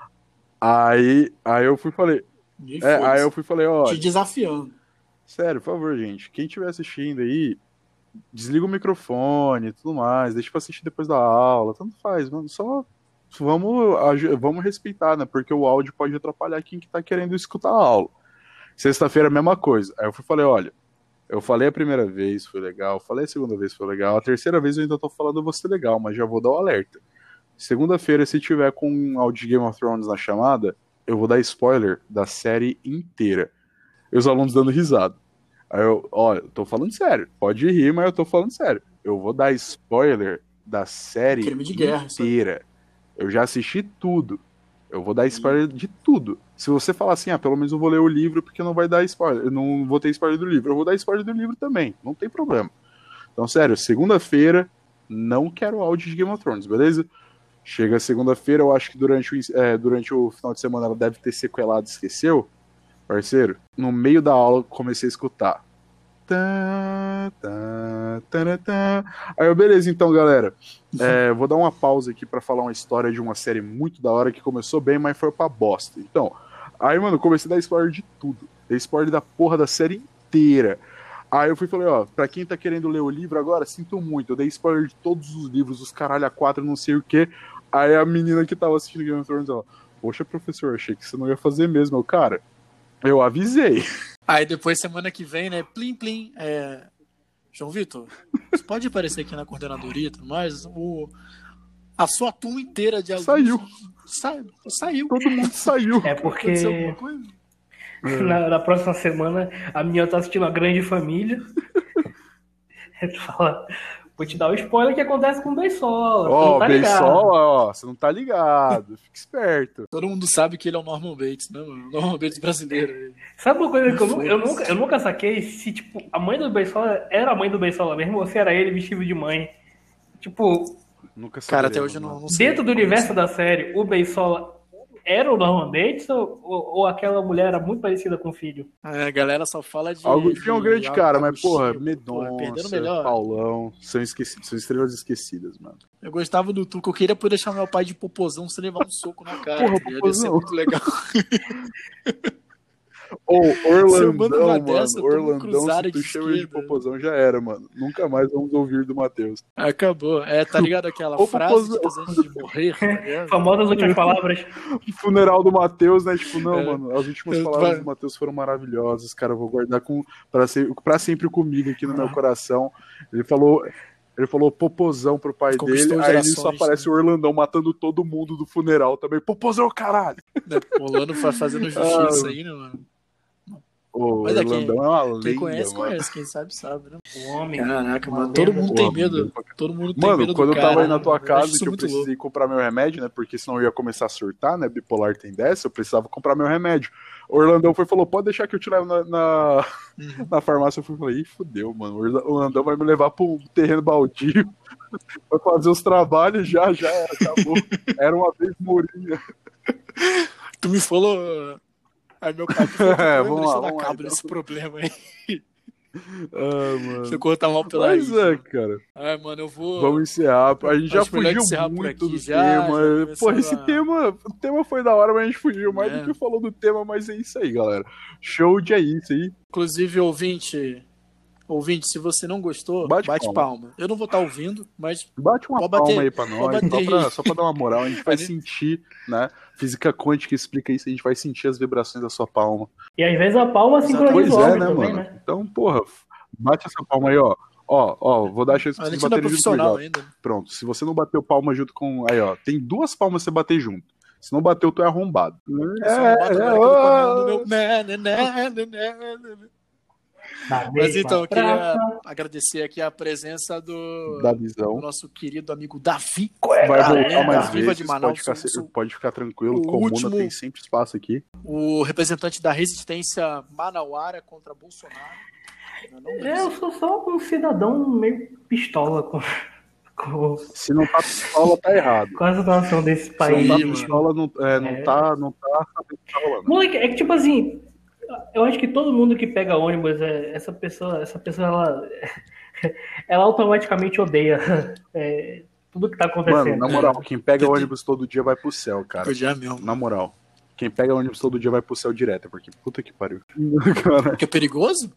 Aí eu fui e falei... aí eu fui e falei, ó... Te desafiando. Sério, por favor, gente, quem estiver assistindo aí, desliga o microfone e tudo mais, deixa pra assistir depois da aula, tanto faz, mano, só vamos respeitar, né, porque o áudio pode atrapalhar quem que tá querendo escutar a aula. Sexta-feira, a mesma coisa. Aí eu fui e falei, olha, eu falei a primeira vez, foi legal, falei a segunda vez, foi legal, a terceira vez eu ainda tô falando, eu vou ser legal, mas já vou dar o alerta. Segunda-feira, se tiver com um áudio de Game of Thrones na chamada, eu vou dar spoiler da série inteira. E os alunos dando risada. Aí eu tô falando sério. Pode rir, mas eu tô falando sério. Eu vou dar spoiler da série inteira. Eu já assisti tudo. Eu vou dar spoiler de tudo. Se você falar assim, pelo menos eu vou ler o livro porque não vai dar spoiler. Eu não vou ter spoiler do livro. Eu vou dar spoiler do livro também. Não tem problema. Então, sério, segunda-feira, não quero áudio de Game of Thrones, beleza? Chega segunda-feira, eu acho que durante o final de semana ela deve ter sequelado, esqueceu? Parceiro, no meio da aula comecei a escutar. Aí eu, beleza, então, galera. Vou dar uma pausa aqui pra falar uma história de uma série muito da hora que começou bem, mas foi pra bosta. Então, aí, mano, comecei a dar spoiler de tudo. Dei spoiler da porra da série inteira. Aí eu fui e falei, pra quem tá querendo ler o livro agora, sinto muito. Eu dei spoiler de todos os livros, os caralho a 4, não sei o que. Aí a menina que tava assistindo Game of Thrones, ela, poxa, professor, achei que você não ia fazer mesmo. Cara, eu avisei. Aí depois, semana que vem, né, plim, João Vitor, você pode aparecer aqui na coordenadoria e tudo mais? A sua turma inteira de alunos... Saiu. Todo mundo saiu. É porque... Na próxima semana, a minha tá assistindo A Grande Família. Tu fala, Vou te dar o spoiler que acontece com o Beisola. Ó, Beisola, ó, você não tá ligado. Fica esperto. Todo mundo sabe que ele é o Norman Bates, né, mano? Norman Bates brasileiro. Sabe uma coisa que eu nunca saquei? Se, tipo, a mãe do Beisola era a mãe do Beisola mesmo, ou se era ele vestido de mãe. Tipo... Nunca saberemos, cara, até hoje eu não sei. Dentro do universo da série, o Beisola era o Norman Bates ou aquela mulher era muito parecida com o filho? A galera só fala de... Agostinho é um grande cara, mas, porra, Perdendo Medonça, melhor. Paulão, são estrelas esquecidas, mano. Eu gostava do Tuco, eu queria poder chamar meu pai de Popozão sem levar um soco na cara. Porra, ia ser muito legal. Ô, Orlandão, mano, Orlandão, se tu chama ele de Popozão, já era, mano. Nunca mais vamos ouvir do Matheus. Acabou. Tá ligado aquela frase antes de morrer? Tá famosas últimas palavras. Funeral do Matheus, né? Tipo, não, mano, as últimas palavras do Matheus foram maravilhosas, cara. Eu vou guardar pra sempre comigo aqui no meu coração. Ele falou Popozão pro pai dele, aí ele só aparece o Orlandão matando todo mundo do funeral também. Popozão, caralho! O Orlando fazendo justiça aí, né, mano? O Orlandão é uma lenda. Quem conhece, quem sabe, né? O homem. Caraca, mano, todo mundo tem medo. Todo mundo tem medo. Mano, quando eu tava aí na tua casa que eu precisei louco. comprar meu remédio, né? Porque senão eu ia começar a surtar, né? Bipolar tem dessa, eu precisava comprar meu remédio. O Orlandão falou, pode deixar que eu te levo na farmácia. Eu falei, ih, fudeu, mano. O Orlandão vai me levar pra um terreno baldio. Vai fazer os trabalhos, já era, acabou. Era uma vez Mourinho. Tu me falou... Aí meu pai vamos lá, cabo desse problema aí. Mano. Deixa eu cortar mal pela Mas cara. Mano, eu vou... Vamos encerrar. A gente já fugiu muito do tema. Pô, o tema foi da hora, mas a gente fugiu mais do que falou do tema, mas é isso aí, galera. Show de isso aí. Inclusive, ouvinte, se você não gostou, bate palma. Eu não vou estar ouvindo, mas... Bate uma palma aí pra nós, só pra dar uma moral. A gente vai sentir, né? Física quântica explica isso, a gente vai sentir as vibrações da sua palma. E às vezes a palma sincroniza o né, também, mano? né? Então, porra, bate essa palma aí, ó. Ó, vou dar a chance pra vocês baterem junto comigo. Ainda. Pronto, se você não bateu palma junto com... Aí, ó, tem 2 palmas pra você bater junto. Se não bateu, tu é arrombado. Mas então, eu queria agradecer aqui a presença do nosso querido amigo Davi. Vai voltar mais vezes, de Manaus, pode ficar tranquilo, Comuna tem sempre espaço aqui. O representante da resistência manauara contra Bolsonaro. Eu sou só um cidadão meio pistola Se não tá pistola, tá errado. Com a situação desse país. Se não tá pistola, não tá sabendo o que tá rolando. Moleque, é que tipo assim, eu acho que todo mundo que pega ônibus, essa pessoa ela automaticamente odeia tudo que tá acontecendo. Mano, na moral, quem pega ônibus todo dia vai pro céu, cara. Mesmo. Na moral. Quem pega ônibus todo dia vai pro céu direto, porque puta que pariu. Porque é perigoso?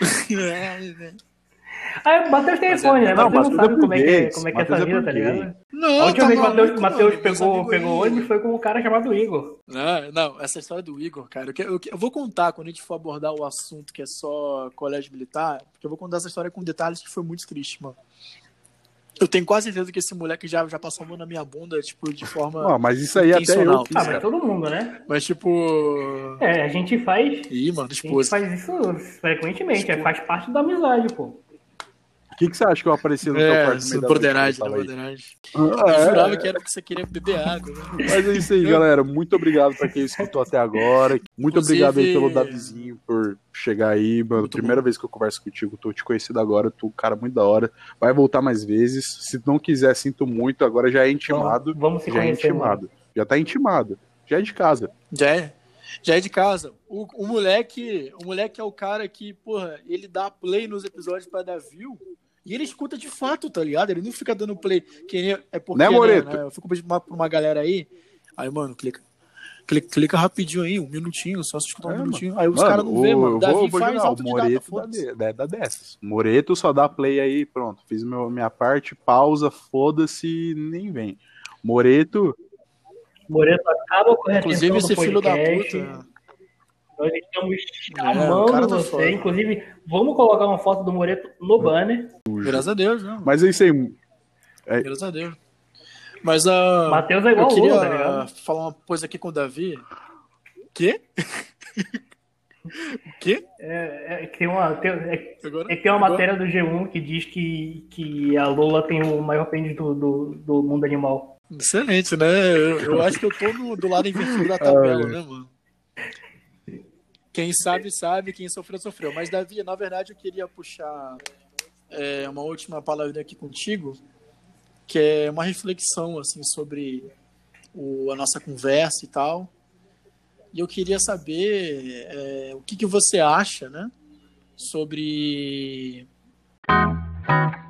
Matheus tem iPhone, né? Matheus não sabe como é que é essa vida, tá ligado? Não, a última vez que Matheus pegou ônibus foi com um cara chamado Igor. Não, essa história do Igor, cara, eu vou contar quando a gente for abordar o assunto que é só colégio militar, porque eu vou contar essa história com detalhes que foi muito triste, mano. Eu tenho quase certeza que esse moleque já passou a mão na minha bunda, tipo, de forma. Não, mas isso aí até eu fiz, mas todo mundo, né? Mas, tipo. A gente faz. Mano, esposa. A gente faz isso frequentemente, faz parte da amizade, pô. O que você acha que eu apareci no teu quarto? Na broderagem. Eu jurava que era porque você queria beber água, né? Mas é isso aí, galera. Muito obrigado pra quem escutou até agora. Muito obrigado aí pelo Davizinho por chegar aí, mano. Primeira vez que eu converso contigo, tô te conhecendo agora, tu cara muito da hora. Vai voltar mais vezes. Se não quiser, sinto muito. Agora já é intimado. Vamos se conhecer, intimado. Já tá intimado. Já é de casa. Já é de casa. O moleque é o cara que, porra, ele dá play nos episódios pra dar view. E ele escuta de fato, tá ligado? Ele não fica dando play. É porque, né, Moreto? Né, eu fico pedindo pra uma galera aí. Aí, mano, clica rapidinho aí, 1 minutinho, só se escutar 1 minutinho. Aí os caras não vê, mano. Davi faz autodidata, o Moreto dá dessas. Moreto só dá play aí, pronto. Fiz minha parte, pausa, foda-se, nem vem. Moreto acaba com a inclusive esse filho da puta. Nós estamos chamando você. Inclusive, vamos colocar uma foto do Moreto no banner. Graças a Deus, não. Mas é isso aí. Graças a Deus. Mas Matheus é igual eu queria Lula, tá ligado? falar uma coisa aqui com o Davi. Quê? O quê? Tem uma matéria do G1 que diz que a Lula tem o maior pênis do mundo animal. Excelente, né? Eu acho que eu tô do lado invertido da tabela, né, mano? Quem sabe, sabe. Quem sofreu, sofreu. Mas, Davi, na verdade, eu queria puxar uma última palavra aqui contigo, que é uma reflexão, assim, sobre a nossa conversa e tal. E eu queria saber o que você acha, né, sobre